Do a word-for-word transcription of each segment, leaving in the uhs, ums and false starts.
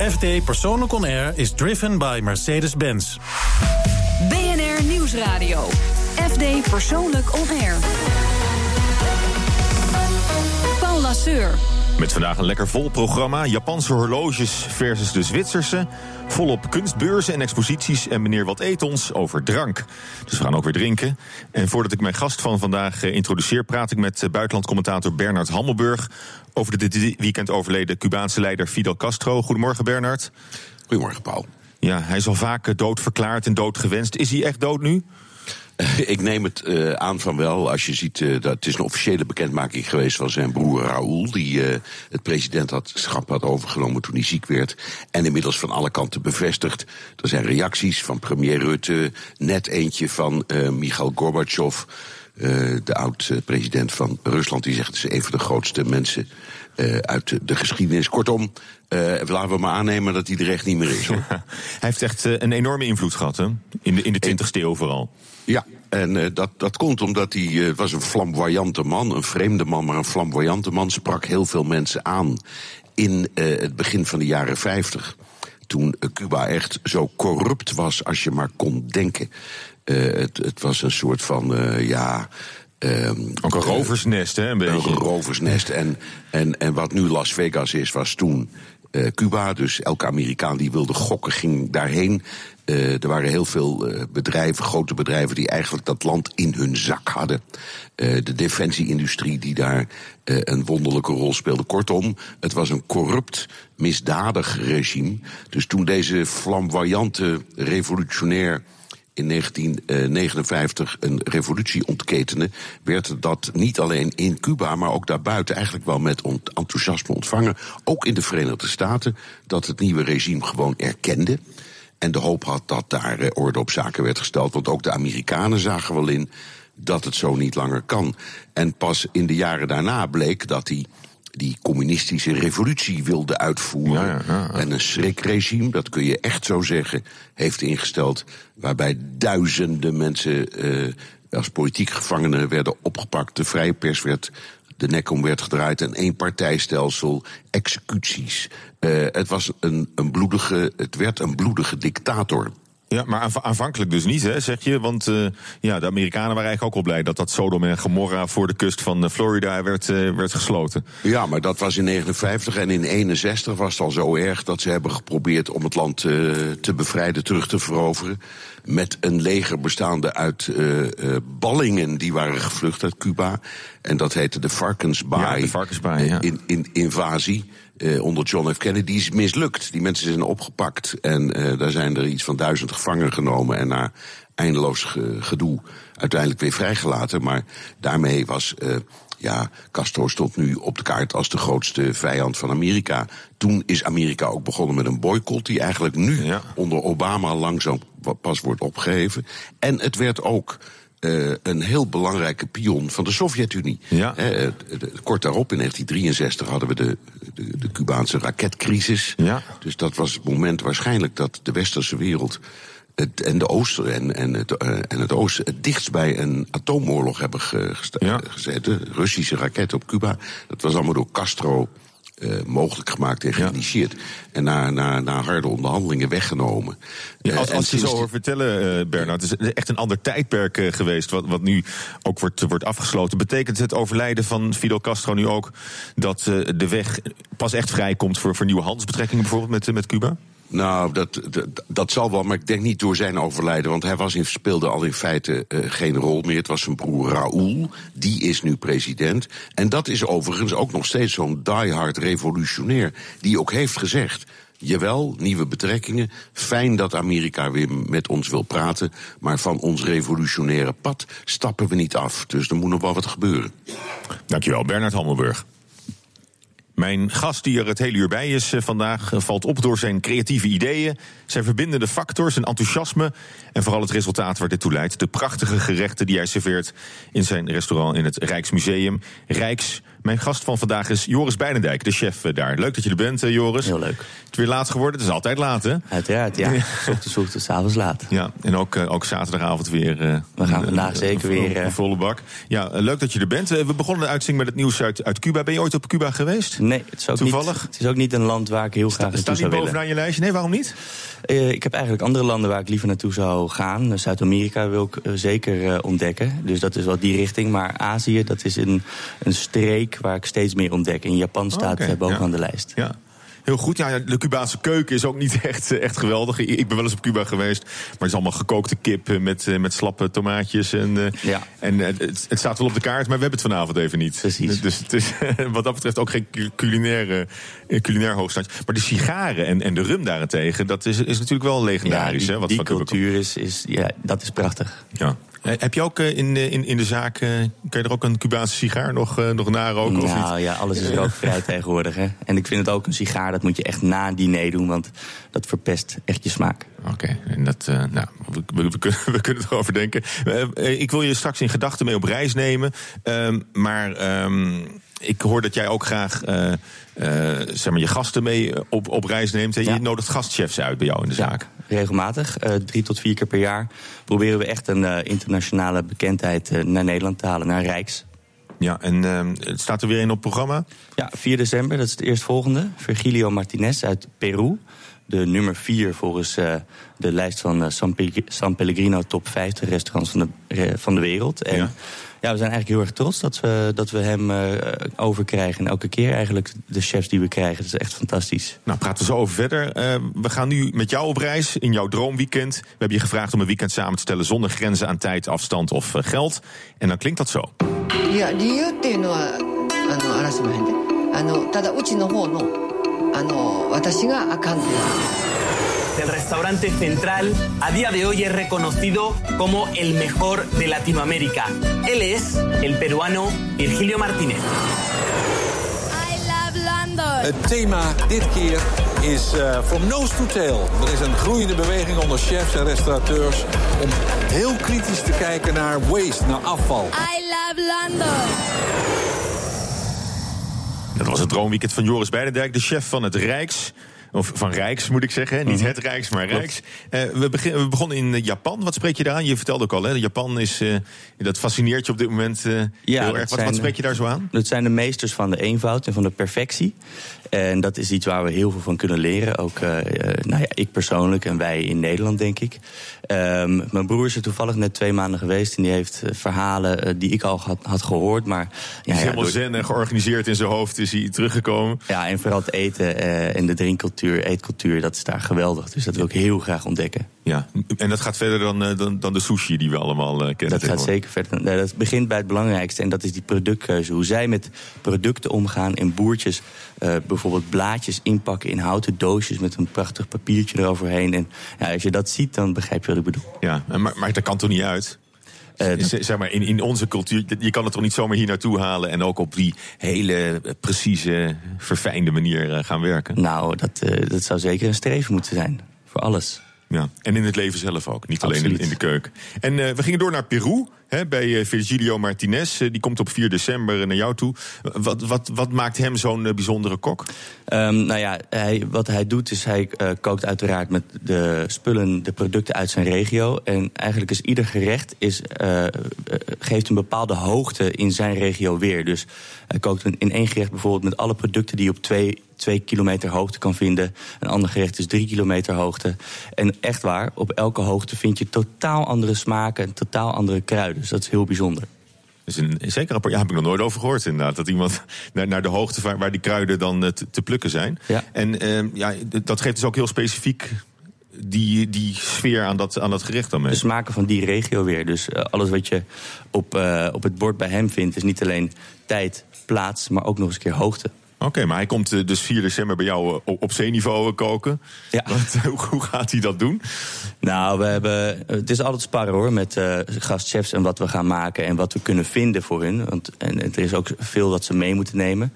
F D Persoonlijk On Air is driven by Mercedes-Benz. B N R Nieuwsradio. F D Persoonlijk On Air. Paul Lasseur. Met vandaag een lekker vol programma. Japanse horloges versus de Zwitserse. Volop kunstbeurzen en exposities. En meneer Wat eet ons over drank. Dus we gaan ook weer drinken. En voordat ik mijn gast van vandaag uh, introduceer, praat ik met uh, buitenlandcommentator Bernard Hammelburg over de dit weekend overleden Cubaanse leider Fidel Castro. Goedemorgen, Bernard. Goedemorgen, Paul. Ja, hij is al vaak uh, doodverklaard en doodgewenst. Is hij echt dood nu? Ik neem het uh, aan van wel. Als je ziet, uh, dat het is een officiële bekendmaking geweest van zijn broer Raúl, die uh, het presidentschap had overgenomen toen hij ziek werd. En inmiddels van alle kanten bevestigd. Er zijn reacties van premier Rutte, net eentje van uh, Michail Gorbachev, uh, de oud-president van Rusland. Die zegt het is een van de grootste mensen uh, uit de, de geschiedenis. Kortom, Uh, laten we maar aannemen dat hij er echt niet meer is. Hoor. Hij heeft echt uh, een enorme invloed gehad, hè? In de, in de twintigste eeuw vooral. Ja, en uh, dat, dat komt omdat hij uh, was een flamboyante man, een vreemde man, maar een flamboyante man. Sprak heel veel mensen aan in uh, het begin van de jaren vijftig. Toen uh, Cuba echt zo corrupt was als je maar kon denken. Uh, het, het was een soort van, uh, ja... Um, Ook een roversnest, hè, een beetje. Een roversnest. En, en, en wat nu Las Vegas is, was toen uh, Cuba. Dus elke Amerikaan die wilde gokken ging daarheen. Uh, er waren heel veel uh, bedrijven, grote bedrijven, die eigenlijk dat land in hun zak hadden. Uh, de defensieindustrie die daar uh, een wonderlijke rol speelde. Kortom, het was een corrupt, misdadig regime. Dus toen deze flamboyante revolutionair in negentien negenenvijftig een revolutie ontketende, werd dat niet alleen in Cuba, maar ook daarbuiten eigenlijk wel met enthousiasme ontvangen. Ook in de Verenigde Staten, dat het nieuwe regime gewoon erkende. En de hoop had dat daar orde op zaken werd gesteld. Want ook de Amerikanen zagen wel in dat het zo niet langer kan. En pas in de jaren daarna bleek dat hij die communistische revolutie wilde uitvoeren. Ja, ja, ja. En een schrikregime, dat kun je echt zo zeggen, heeft ingesteld, waarbij duizenden mensen uh, als politiek gevangenen werden opgepakt. De vrije pers werd de nek om werd gedraaid. Een eenpartijstelsel, executies. Uh, het was een, een bloedige, het werd een bloedige dictator. Ja, maar aanv- aanvankelijk dus niet, hè, zeg je. Want uh, ja, de Amerikanen waren eigenlijk ook wel blij dat dat Sodom en Gomorra voor de kust van Florida werd, uh, werd gesloten. Ja, maar dat was in negenenvijftig en in eenenzestig was het al zo erg dat ze hebben geprobeerd om het land uh, te bevrijden, terug te veroveren. Met een leger bestaande uit uh, uh, ballingen die waren gevlucht uit Cuba. En dat heette de Varkensbaai. Ja, de Varkensbaai, ja. In, in, invasie. Uh, onder John F. Kennedy is mislukt. Die mensen zijn opgepakt en uh, daar zijn er iets van duizend gevangenen genomen en na eindeloos ge- gedoe uiteindelijk weer vrijgelaten. Maar daarmee was, uh, ja, Castro stond nu op de kaart als de grootste vijand van Amerika. Toen is Amerika ook begonnen met een boycott die eigenlijk nu ja. onder Obama langzaam pas wordt opgeheven. En het werd ook Uh, een heel belangrijke pion van de Sovjet-Unie. Ja. Uh, uh, kort daarop, in negentien drieënzestig, hadden we de, de, de Cubaanse raketcrisis. Ja. Dus dat was het moment waarschijnlijk dat de westerse wereld het, en de Oosten en, en, het, uh, en het Oosten het dichtst bij een atoomoorlog hebben ge, gesta- ja. gezeten. Russische raketten op Cuba. Dat was allemaal door Castro Uh, mogelijk gemaakt en geïnitieerd. Ja. En na, na, na harde onderhandelingen weggenomen. Ja, als uh, als je zo hoort vertellen, uh, Bernard, het is echt een ander tijdperk uh, geweest, wat, wat nu ook wordt, wordt afgesloten. Betekent het overlijden van Fidel Castro nu ook dat uh, de weg pas echt vrijkomt voor, voor nieuwe handelsbetrekkingen bijvoorbeeld met, uh, met Cuba? Nou, dat, dat, dat zal wel, maar ik denk niet door zijn overlijden. Want hij was in, speelde al in feite uh, geen rol meer. Het was zijn broer Raúl, die is nu president. En dat is overigens ook nog steeds zo'n diehard revolutionair, die ook heeft gezegd: jawel, nieuwe betrekkingen, fijn dat Amerika weer met ons wil praten, maar van ons revolutionaire pad stappen we niet af. Dus er moet nog wel wat gebeuren. Dankjewel, Bernard Hammelburg. Mijn gast die er het hele uur bij is uh, vandaag uh, valt op door zijn creatieve ideeën, zijn verbindende factor, zijn enthousiasme en vooral het resultaat waar dit toe leidt. De prachtige gerechten die hij serveert in zijn restaurant in het Rijksmuseum. Rijks Mijn gast van vandaag is Joris Beijnendijk, de chef uh, daar. Leuk dat je er bent, uh, Joris. Heel leuk. Het is weer laat geworden, het is altijd laat, hè? Uiteraard, ja. Ochtends, ochtends, avonds laat. Ja, en ook, uh, ook zaterdagavond weer. Uh, we gaan uh, vandaag uh, zeker uh, weer... Uh, een volle bak. Ja, uh, leuk dat je er bent. Uh, we begonnen de uitzending met het nieuws uit, uit Cuba. Ben je ooit op Cuba geweest? Nee, het is ook, Toevallig? Niet, het is ook niet een land waar ik heel graag naartoe Staat zou niet willen. bovenaan je lijstje? Nee, waarom niet? Uh, ik heb eigenlijk andere landen waar ik liever naartoe zou gaan. Zuid-Amerika wil ik uh, zeker uh, ontdekken. Dus dat is wel die richting. Maar Azië, dat is een, een streek waar ik steeds meer ontdek. En Japan staat oh, okay. bovenaan ja. de lijst. Ja. Heel goed. Ja, de Cubaanse keuken is ook niet echt, echt geweldig. Ik ben wel eens op Cuba geweest, maar het is allemaal gekookte kip met, met slappe tomaatjes. En, ja. en het, het staat wel op de kaart, maar we hebben het vanavond even niet. Precies. Dus het is wat dat betreft ook geen culinaire, culinair hoogstandje. Maar de sigaren en, en de rum daarentegen, dat is, is natuurlijk wel legendarisch. Ja, die, hè, wat die cultuur is, is, ja, dat is prachtig. Ja. Heb je ook in, in, in de zaak, kan je er ook een Cubaanse sigaar nog, nog naroken? Nou of niet? Ja, alles is rookvrij tegenwoordig. Hè? En ik vind het ook een sigaar, dat moet je echt na een diner doen, want dat verpest echt je smaak. Oké, okay, en dat, uh, nou, we, we, we, kunnen, we kunnen erover denken. Uh, ik wil je straks in gedachten mee op reis nemen, uh, maar um, ik hoor dat jij ook graag uh, uh, zeg maar je gasten mee op, op reis neemt. En ja. Je nodigt gastchefs uit bij jou in de zaak. Ja. Regelmatig, uh, drie tot vier keer per jaar, proberen we echt een uh, internationale bekendheid uh, naar Nederland te halen, naar Rijks. Ja, en uh, het staat er weer in op programma? Ja, vier december, dat is het eerstvolgende. Virgilio Martinez uit Peru. De nummer vier volgens uh, de lijst van uh, San, Pe- San Pellegrino top vijftig restaurants van de, uh, van de wereld. En ja. Ja, we zijn eigenlijk heel erg trots dat we, dat we hem uh, overkrijgen. En elke keer eigenlijk de chefs die we krijgen. Dat is echt fantastisch. Nou, praten we zo over verder. Uh, we gaan nu met jou op reis in jouw droomweekend. We hebben je gevraagd om een weekend samen te stellen zonder grenzen aan tijd, afstand of uh, geld. En dan klinkt dat zo. Ja, de reden is El restaurante Central a día de hoy es reconocido como el mejor de Latinoamérica. Él es el peruano Virgilio Martinez. I love London. Het thema dit keer is uh, From Nose to Tail. Er is een groeiende beweging onder chefs en restaurateurs om heel kritisch te kijken naar waste, naar afval. I love London. Dat was het droomweekend van Joris Beijnendijk, de chef van het Rijks. Of van Rijks, moet ik zeggen. Niet mm-hmm. het Rijks, maar Rijks. Uh, we, begin, we begonnen in Japan. Wat spreek je daar aan? Je vertelde ook al, hè? Japan is, uh, dat fascineert je op dit moment uh, ja, heel erg. Wat, zijn, wat spreek je daar zo aan? Dat zijn de meesters van de eenvoud en van de perfectie. En dat is iets waar we heel veel van kunnen leren. Ook uh, nou ja, ik persoonlijk en wij in Nederland, denk ik. Um, mijn broer is er toevallig net twee maanden geweest. En die heeft uh, verhalen uh, die ik al had, had gehoord. Maar, ja, is ja, helemaal door... zen en georganiseerd in zijn hoofd is hij teruggekomen. Ja, en vooral het eten uh, en de drinkcultuur, eetcultuur, dat is daar geweldig. Dus dat wil ik heel graag ontdekken. Ja, en dat gaat verder dan, dan, dan de sushi die we allemaal uh, kennen. Dat gaat zeker verder. Dat begint bij het belangrijkste en dat is die productkeuze. Hoe zij met producten omgaan en boertjes uh, bijvoorbeeld blaadjes inpakken in houten doosjes met een prachtig papiertje eroverheen. En ja, als je dat ziet, dan begrijp je wat ik bedoel. Ja, maar, maar dat kan toch niet uit? Uh, dat... Zeg maar, in, in onze cultuur, je kan het toch niet zomaar hier naartoe halen en ook op die hele precieze, verfijnde manier uh, gaan werken? Nou, dat, uh, dat zou zeker een streven moeten zijn. Voor alles. Ja, en in het leven zelf ook, niet Absoluut. alleen in, in de keuken. En uh, we gingen door naar Peru, hè, bij uh, Virgilio Martinez. Uh, die komt op vier december naar jou toe. Wat, wat, wat maakt hem zo'n uh, bijzondere kok? Um, nou ja, hij, wat hij doet is hij uh, kookt uiteraard met de spullen, de producten uit zijn regio. En eigenlijk is ieder gerecht is, uh, uh, geeft een bepaalde hoogte in zijn regio weer. Dus hij kookt in één gerecht bijvoorbeeld met alle producten die je op twee... twee kilometer hoogte kan vinden. Een ander gerecht is drie kilometer hoogte. En echt waar, op elke hoogte vind je totaal andere smaken en totaal andere kruiden. Dus dat is heel bijzonder. Dus een zeker rapport, ja, heb ik nog nooit over gehoord inderdaad. Dat iemand naar, naar de hoogte waar, waar die kruiden dan uh, te, te plukken zijn. Ja. En uh, ja, dat geeft dus ook heel specifiek die, die sfeer aan dat, aan dat gerecht dan mee. De smaken van die regio weer. Dus uh, alles wat je op, uh, op het bord bij hem vindt is niet alleen tijd, plaats, maar ook nog eens een keer hoogte. Oké, okay, maar hij komt dus vier december bij jou op zeeniveau koken. Ja. Wat, hoe gaat hij dat doen? Nou, we hebben, het is altijd sparren hoor, met uh, gastchefs en wat we gaan maken en wat we kunnen vinden voor hun. Want en, er is ook veel dat ze mee moeten nemen.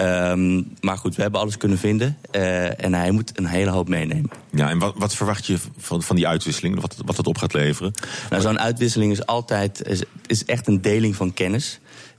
Um, maar goed, we hebben alles kunnen vinden uh, en hij moet een hele hoop meenemen. Ja, en wat, wat verwacht je van, van die uitwisseling, wat, wat het op gaat leveren? Nou, zo'n uitwisseling is altijd, is, is echt een deling van kennis.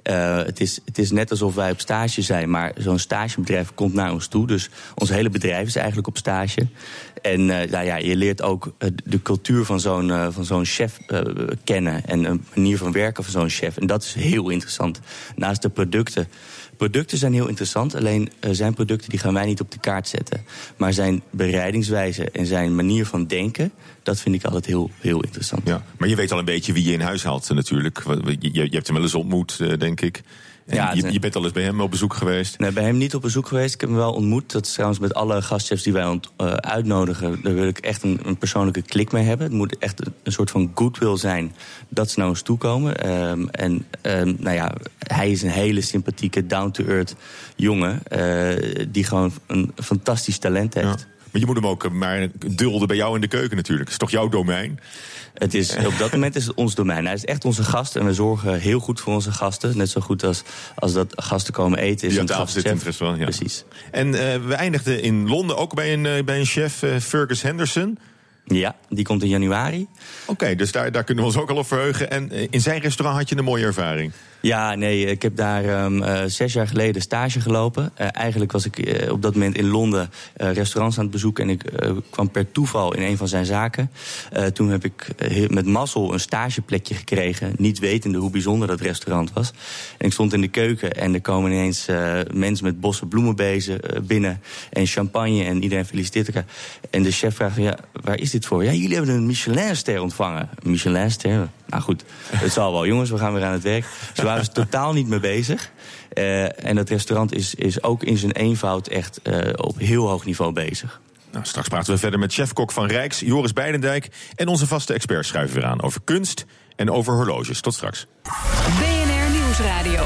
Uh, het, is, het is net alsof wij op stage zijn, maar zo'n stagebedrijf komt naar ons toe. Dus ons hele bedrijf is eigenlijk op stage. En uh, nou ja, je leert ook uh, de cultuur van zo'n, uh, van zo'n chef uh, kennen en een manier van werken van zo'n chef. En dat is heel interessant. Naast de producten. Producten zijn heel interessant, alleen uh, zijn producten die gaan wij niet op de kaart zetten. Maar zijn bereidingswijze en zijn manier van denken, dat vind ik altijd heel, heel interessant. Ja, maar je weet al een beetje wie je in huis haalt natuurlijk. Je, je hebt hem wel eens ontmoet, uh, denk ik. En ja, je, je bent al eens bij hem op bezoek geweest? Nee, bij hem niet op bezoek geweest. Ik heb hem wel ontmoet. Dat is trouwens met alle gastchefs die wij ont, uh, uitnodigen. Daar wil ik echt een, een persoonlijke klik mee hebben. Het moet echt een, een soort van goodwill zijn dat ze naar ons toe komen. Um, en um, nou ja, hij is een hele sympathieke, down-to-earth jongen. Uh, die gewoon een fantastisch talent heeft. Ja. Maar je moet hem ook maar dulden bij jou in de keuken natuurlijk. Het is toch jouw domein? Het is, op dat moment is het ons domein. Hij is echt onze gast en we zorgen heel goed voor onze gasten. Net zo goed als, als dat gasten komen eten. Is die aan tafel zitten in het restaurant, ja. Precies. En uh, we eindigden in Londen ook bij een, uh, bij een chef, uh, Fergus Henderson. Ja, die komt in januari. Oké, okay, dus daar, daar kunnen we ons ook al op verheugen. En uh, in zijn restaurant had je een mooie ervaring. Ja, nee, ik heb daar um, uh, zes jaar geleden stage gelopen. Uh, eigenlijk was ik uh, op dat moment in Londen uh, restaurants aan het bezoeken. En ik uh, kwam per toeval in een van zijn zaken. Uh, toen heb ik uh, met mazzel een stageplekje gekregen. Niet wetende hoe bijzonder dat restaurant was. En ik stond in de keuken en er komen ineens uh, mensen met bossen bloemenbezen uh, binnen. En champagne en iedereen feliciteert elkaar. En de chef vraagt, ja, waar is dit voor? Ja, jullie hebben een Michelinster ontvangen. Een Michelinster? Nou goed, het zal wel. Jongens, we gaan weer aan het werk. Ze waren er totaal niet mee bezig. Uh, en het restaurant is, is ook in zijn eenvoud echt uh, op heel hoog niveau bezig. Nou, straks praten we verder met chefkok van Rijks, Joris Beidendijk. En onze vaste experts schuiven weer aan over kunst en over horloges. Tot straks. B N R Nieuwsradio.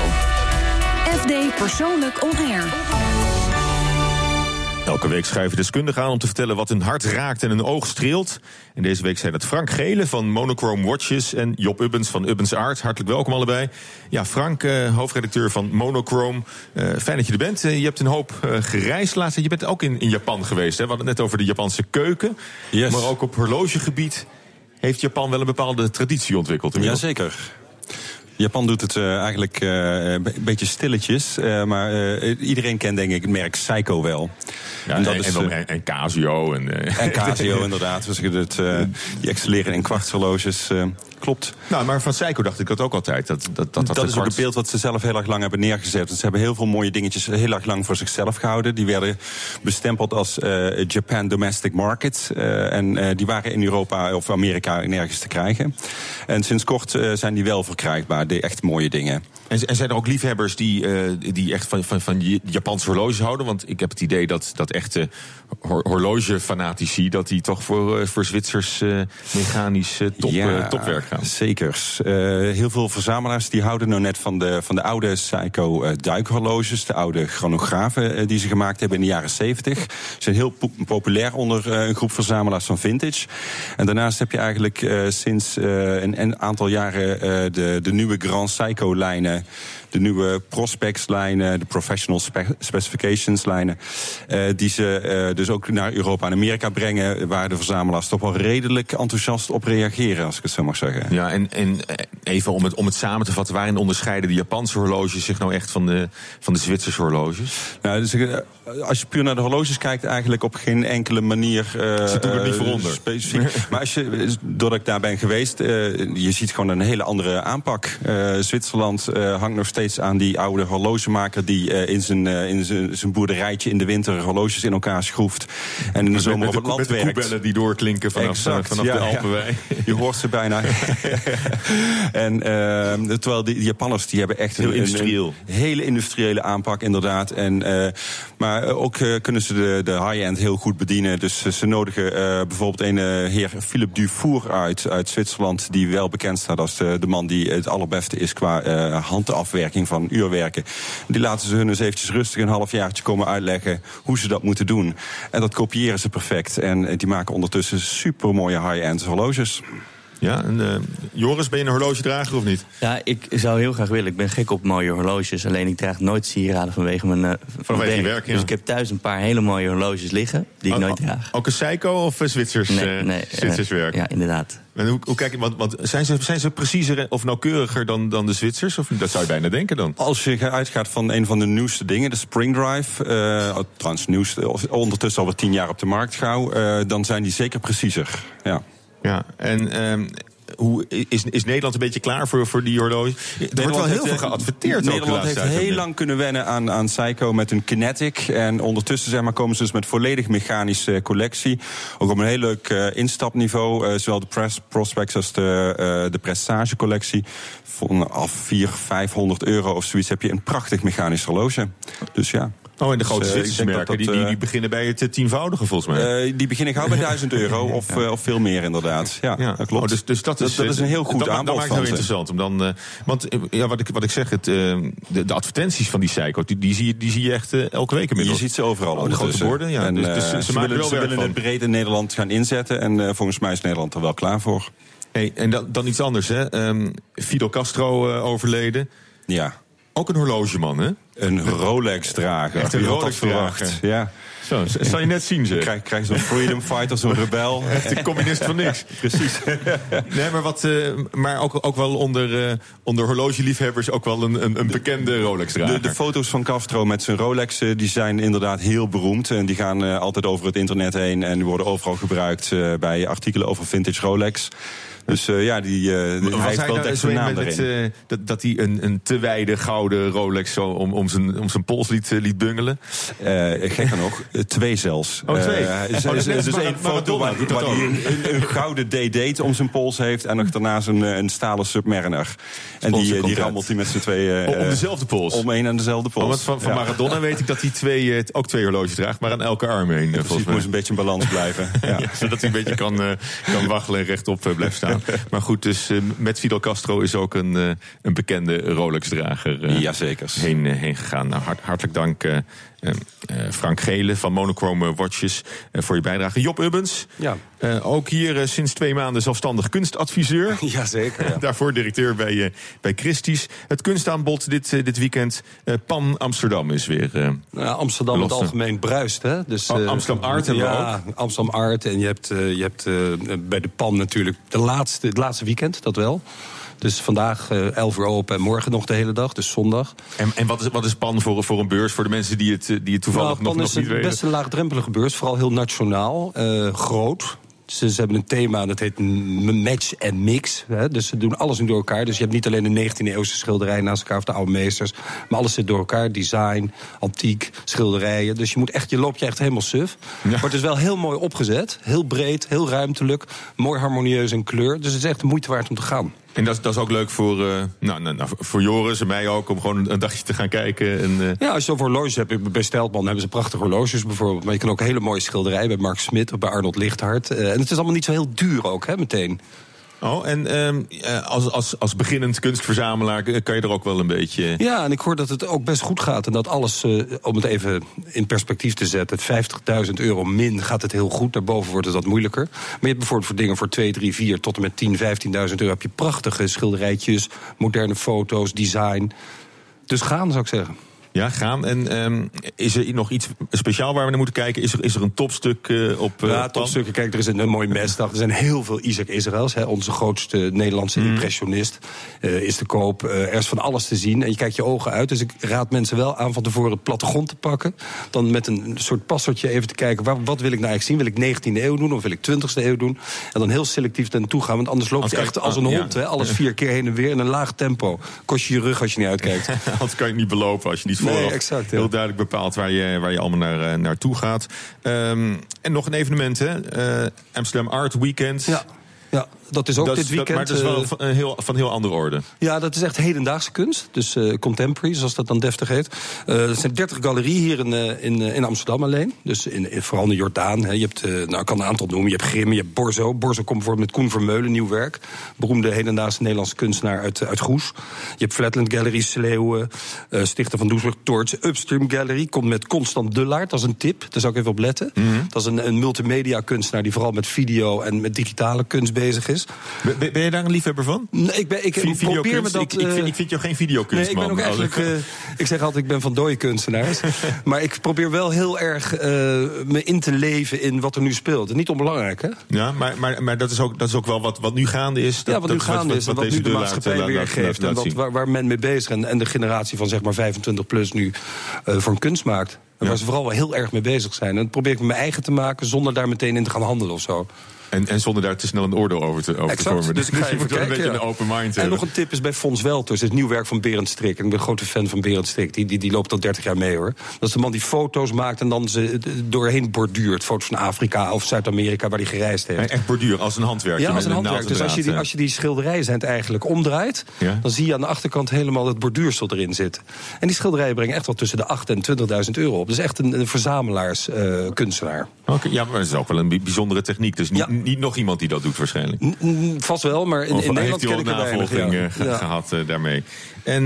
F D Persoonlijk On Air. Elke week schuiven deskundigen aan om te vertellen wat hun hart raakt en hun oog streelt. En deze week zijn het Frank Gele van Monochrome Watches en Job Ubbens van Ubbens Art. Hartelijk welkom allebei. Ja, Frank, uh, hoofdredacteur van Monochrome. Uh, fijn dat je er bent. Uh, je hebt een hoop uh, gereisd laatst. Je bent ook in, in Japan geweest. Hè? We hadden het net over de Japanse keuken. Yes. Maar ook op horlogegebied heeft Japan wel een bepaalde traditie ontwikkeld. Jazeker. Japan doet het uh, eigenlijk uh, een beetje stilletjes. Uh, maar uh, iedereen kent denk ik het merk Seiko wel. Ja, en, dat en, is, uh, en, en Casio. En, uh, en Casio inderdaad. Dus het, uh, die excelleren in kwartshorloges. Uh, klopt. Nou, maar van Seiko dacht ik dat ook altijd. Dat, dat, dat, dat, dat is ook het beeld wat ze zelf heel erg lang hebben neergezet. Ze hebben heel veel mooie dingetjes heel erg lang voor zichzelf gehouden. Die werden bestempeld als uh, Japan Domestic Market. Uh, en uh, die waren in Europa of Amerika nergens te krijgen. En sinds kort uh, zijn die wel verkrijgbaar. De echt mooie dingen. En, en zijn er ook liefhebbers die, uh, die echt van, van, van Japanse horloges houden? Want ik heb het idee dat, dat echte hor- horlogefanatici, dat die toch voor, uh, voor Zwitsers uh, mechanisch uh, top, ja, uh, topwerk gaan. Zeker. Uh, heel veel verzamelaars die houden nou net van de, van de oude Seiko uh, duikhorloges, de oude chronografen uh, die ze gemaakt hebben in de jaren zeventig. Ze zijn heel po- populair onder uh, een groep verzamelaars van vintage. En daarnaast heb je eigenlijk uh, sinds uh, een, een aantal jaren uh, de, de nieuwe Grand Seiko-lijnen, de nieuwe Prospex-lijnen, de Professional Spe- Specifications-lijnen, uh, die ze uh, dus ook naar Europa en Amerika brengen, waar de verzamelaars toch wel redelijk enthousiast op reageren, als ik het zo mag zeggen. Ja, en, en even om het, om het samen te vatten, waarin onderscheiden de Japanse horloges zich nou echt van de, van de Zwitserse horloges? Nou, dus, uh, als je puur naar de horloges kijkt, eigenlijk op geen enkele manier uh, ze doen er niet voor onder. Specifiek. Maar als je, doordat ik daar ben geweest, uh, je ziet gewoon een hele andere aanpak. Uh, Zwitserland uh, hangt nog steeds aan die oude horlogemaker die uh, in zijn uh, in zijn, zijn boerderijtje in de winter horloges in elkaar schroeft en in de zomer op het land werkt. Met de koebellen die doorklinken vanaf, exact, vanaf ja, de Alpenwei. Ja. Je hoort ze bijna. En uh, terwijl die, die Japanners die hebben echt heel een, industrieel. Een, een hele industriële aanpak inderdaad. En, uh, maar ook uh, kunnen ze de, de high-end heel goed bedienen. Dus uh, ze nodigen uh, bijvoorbeeld een uh, heer Philippe Dufour uit, uit Zwitserland, die wel bekend staat als de, de man die het allerbeste is qua uh, handafwerking van uurwerken. Die laten ze hun eens eventjes rustig een halfjaartje komen uitleggen hoe ze dat moeten doen. En dat kopiëren ze perfect. En uh, die maken ondertussen super mooie high-end horloges. Ja, en, uh, Joris, ben je een horlogedrager of niet? Ja, ik zou heel graag willen. Ik ben gek op mooie horloges. Alleen ik draag nooit sieraden vanwege mijn, uh, vanwege werk. je werk. Ja. Dus ik heb thuis een paar hele mooie horloges liggen die ik o, nooit draag. Ook een Seiko of uh, Zwitsers, nee, uh, nee, Zwitsers uh, werk? Ja, inderdaad. En hoe, hoe kijk je, want, want zijn, ze, zijn ze preciezer of nauwkeuriger dan, dan de Zwitsers? Of, dat zou je bijna denken dan. Als je uitgaat van een van de nieuwste dingen, de Spring Drive... Uh, trouwens, nieuwste, ondertussen alweer tien jaar op de markt gauw... Uh, dan zijn die zeker preciezer, ja. Ja, en... Um, Hoe, is, is Nederland een beetje klaar voor, voor die horloge? Er Nederland wordt wel heel veel geadverteerd. Nederland heeft heel lang kunnen wennen aan, aan Seiko met een Kinetic. En ondertussen zeg maar, komen ze dus met volledig mechanische collectie. Ook op een heel leuk uh, instapniveau. Uh, zowel de Press Prospects als de, uh, de Prestige collectie. Vanaf vierhonderd, vijfhonderd euro of zoiets heb je een prachtig mechanisch horloge. Dus ja. Oh, en de grote dus, Zwitserse merken, dat dat, die, die, die beginnen bij het tienvoudige volgens mij. Uh, die beginnen gauw bij duizend euro of, ja. uh, of veel meer inderdaad. Ja, ja. dat klopt. Oh, dus, dus dat, is, dat, dat is een heel goed dat, aanbod. Dat maakt het heel interessant. Om dan, uh, want ja, wat, ik, wat ik zeg, het, uh, de, de advertenties van die Seiko, die, die, zie, je, die zie je echt uh, elke week inmiddels. Je ziet ze overal. Oh, de grote borden, ja. En, dus, dus, ze, ze maken willen, wel ze willen van. het breed in Nederland gaan inzetten. En uh, volgens mij is Nederland er wel klaar voor. Hey, en dan, dan iets anders, hè. Um, Fidel Castro uh, overleden. Ja. Ook een horlogeman, hè? Een Rolex-drager. Echt een Rolex-drager. Ja. Zo, zal je net zien, zeg. Krijg, krijg zo'n freedom fighter, zo'n rebel. Echt een communist van niks. Precies. Nee, maar, wat, uh, maar ook, ook wel onder, uh, onder horlogeliefhebbers ook wel een, een, een bekende Rolex-drager. De, de foto's van Castro met zijn Rolex uh, die zijn inderdaad heel beroemd. En die gaan uh, altijd over het internet heen en die worden overal gebruikt uh, bij artikelen over vintage Rolex. Dus uh, ja, die, uh, hij heeft hij wel nou, echt een naam met, erin. Uh, dat, dat hij een, een te wijde gouden Rolex zo om, om, zijn, om zijn pols liet, uh, liet bungelen? Uh, gekker nog, uh, twee zelfs. Oh, twee? Uh, dus oh, dus, dus, dus één foto waar, waar hij een, een, een gouden D-date om zijn pols heeft en nog daarnaast een, een stalen Submariner. En die, die rammelt hij met z'n twee... Uh, om dezelfde pols? Om één en dezelfde pols. Oh, want van, van ja. Maradona weet ik dat hij twee, uh, ook twee horloges draagt, maar aan elke arm heen. Uh, Precies, het moest een beetje in balans blijven. Ja. Ja, zodat hij een beetje kan, uh, kan waggelen en rechtop uh, blijft staan. Maar goed, dus uh, met Fidel Castro is ook een, uh, een bekende Rolex-drager uh, Jazeker. heen, uh, heen gegaan. Nou, hart, hartelijk dank uh, uh, Frank Gele van Monochrome Watches uh, voor je bijdrage. Job Ubbens, ja. uh, ook hier uh, sinds twee maanden zelfstandig kunstadviseur. Jazeker. Ja. Daarvoor directeur bij, uh, bij Christie's. Het kunstaanbod dit, uh, dit weekend, uh, Pan Amsterdam is weer uh, nou, Amsterdam in het algemeen bruist. Hè? Dus, uh, oh, Amsterdam Art hebben ja, we ook. Amsterdam Art. En je hebt, uh, je hebt uh, bij de Pan natuurlijk de laatste, het laatste weekend, dat wel. Dus vandaag uh, elf uur open en morgen nog de hele dag, dus zondag. En, en wat, is, wat is Pan voor, voor een beurs, voor de mensen die het, die het toevallig nou, nog, nog niet weten? Pan is best een laagdrempelige beurs, vooral heel nationaal, uh, groot. Ze, ze hebben een thema, dat heet match en mix. Hè? Dus ze doen alles nu door elkaar. Dus je hebt niet alleen de negentiende-eeuwse schilderijen naast elkaar of de oude meesters. Maar alles zit door elkaar. Design, antiek, schilderijen. Dus je, moet echt, je loopt je echt helemaal suf. Ja. Maar het is wel heel mooi opgezet. Heel breed, heel ruimtelijk. Mooi harmonieus in kleur. Dus het is echt de moeite waard om te gaan. En dat, dat is ook leuk voor, uh, nou, nou, nou, voor Joris en mij ook, om gewoon een dagje te gaan kijken. En, uh... Ja, als je over horloges hebt, bij Steltman hebben ze prachtige horloges bijvoorbeeld. Maar je kan ook hele mooie schilderijen bij Mark Smit of bij Arnold Lichthart. Uh, en het is allemaal niet zo heel duur ook, hè, meteen. Oh, en um, als, als, als beginnend kunstverzamelaar kan je er ook wel een beetje... Ja, en ik hoor dat het ook best goed gaat. En dat alles, uh, om het even in perspectief te zetten... het vijftigduizend euro min gaat het heel goed. Daarboven wordt het wat moeilijker. Maar je hebt bijvoorbeeld voor dingen voor twee, drie, vier... tot en met tien, vijftienduizend euro... heb je prachtige schilderijtjes, moderne foto's, design. Dus gaan, zou ik zeggen. Ja, gaan. En um, is er nog iets speciaal waar we naar moeten kijken? Is er, is er een topstuk uh, op... Uh, ja, topstukken. Kijk, er is een, een mooie mesdag. Er zijn heel veel Isaac Israëls, hè, onze grootste Nederlandse mm. impressionist. Uh, is te koop. Uh, er is van alles te zien. En je kijkt je ogen uit. Dus ik raad mensen wel aan van tevoren het plattegrond te pakken. Dan met een soort passertje even te kijken... Waar, wat wil ik nou eigenlijk zien? Wil ik negentiende eeuw doen of wil ik twintigste eeuw doen? En dan heel selectief naartoe gaan. Want anders loopt je echt als een ja. hond. Hè, alles vier keer heen en weer in een laag tempo. Kost je je rug als je niet uitkijkt. Anders kan je niet belopen als je niet vooraf... Nee, exact, ja. Heel duidelijk bepaalt waar je, waar je allemaal naar, uh, naartoe gaat. Um, en nog een evenement, hè? Uh, Amsterdam Art Weekend. Ja. Ja, dat is ook dat dit is, weekend. Dat, maar het is wel van, uh, heel, van heel andere orde. Ja, dat is echt hedendaagse kunst. Dus uh, contemporary, zoals dat dan deftig heet. Uh, er zijn dertig galerieën hier in, uh, in, uh, in Amsterdam alleen. Dus in, in, vooral in de Jordaan. Hè. Je hebt, uh, nou, ik kan een aantal noemen. Je hebt Grimm, je hebt Borzo. Borzo komt bijvoorbeeld met Koen Vermeulen, nieuw werk. Beroemde hedendaagse Nederlandse kunstenaar uit, uit Goes. Je hebt Flatland Gallery, Sleeuwen. Uh, stichter van Doesburg Torch. Upstream Gallery komt met Constant Dullaert. Dat is een tip, daar zou ik even op letten. Mm-hmm. Dat is een, een multimedia kunstenaar die vooral met video en met digitale kunst bezig is. is. Ben, ben je daar een liefhebber van? Nee, ik, ben, ik Vi- probeer me dat... Ik, ik, vind, ik vind jou geen videokunstman. Nee, ik ben ook eigenlijk... Uh, ik zeg altijd, ik ben van dode kunstenaars. Maar ik probeer wel heel erg uh, me in te leven in wat er nu speelt. En niet onbelangrijk, hè? Ja, maar, maar, maar dat, is ook, dat is ook wel wat, wat nu gaande is. Dat, ja, wat nu dat gaande wat, is en wat, wat, wat nu de maatschappij laat, weergeeft. Laat, laat, laat en wat, waar, waar men mee bezig is. En, en de generatie van zeg maar vijfentwintig plus nu uh, voor een kunst maakt. En waar ja. ze vooral wel heel erg mee bezig zijn. En dat probeer ik mijn eigen te maken zonder daar meteen in te gaan handelen of zo. En, en zonder daar te snel een oordeel over te, over exact, te vormen. Dus ik ga je moet wel een beetje ja. een open mind en hebben. nog een tip is bij Fons Welters. Het is nieuw werk van Berend Strik. En ik ben een grote fan van Berend Strik. Die, die, die loopt al dertig jaar mee, hoor. Dat is de man die foto's maakt en dan ze doorheen borduurt. Foto's van Afrika of Zuid-Amerika waar hij gereisd heeft. En echt borduur, als een handwerkje. Ja, als een handwerk. Dus als je, die, als je die schilderijen zijn eigenlijk omdraait... Ja? dan zie je aan de achterkant helemaal het borduursel erin zitten. En die schilderijen brengen echt wel tussen de acht en twintigduizend euro op. Dus echt een, een verzamelaarskunstenaar. Uh, okay, ja, maar dat is ook wel een bijzondere techniek. Dus niet, ja. niet nog iemand die dat doet waarschijnlijk. N- vast wel, maar in, in Nederland ken ik er weinig. Navolging ja. ge- ja. gehad uh, daarmee. En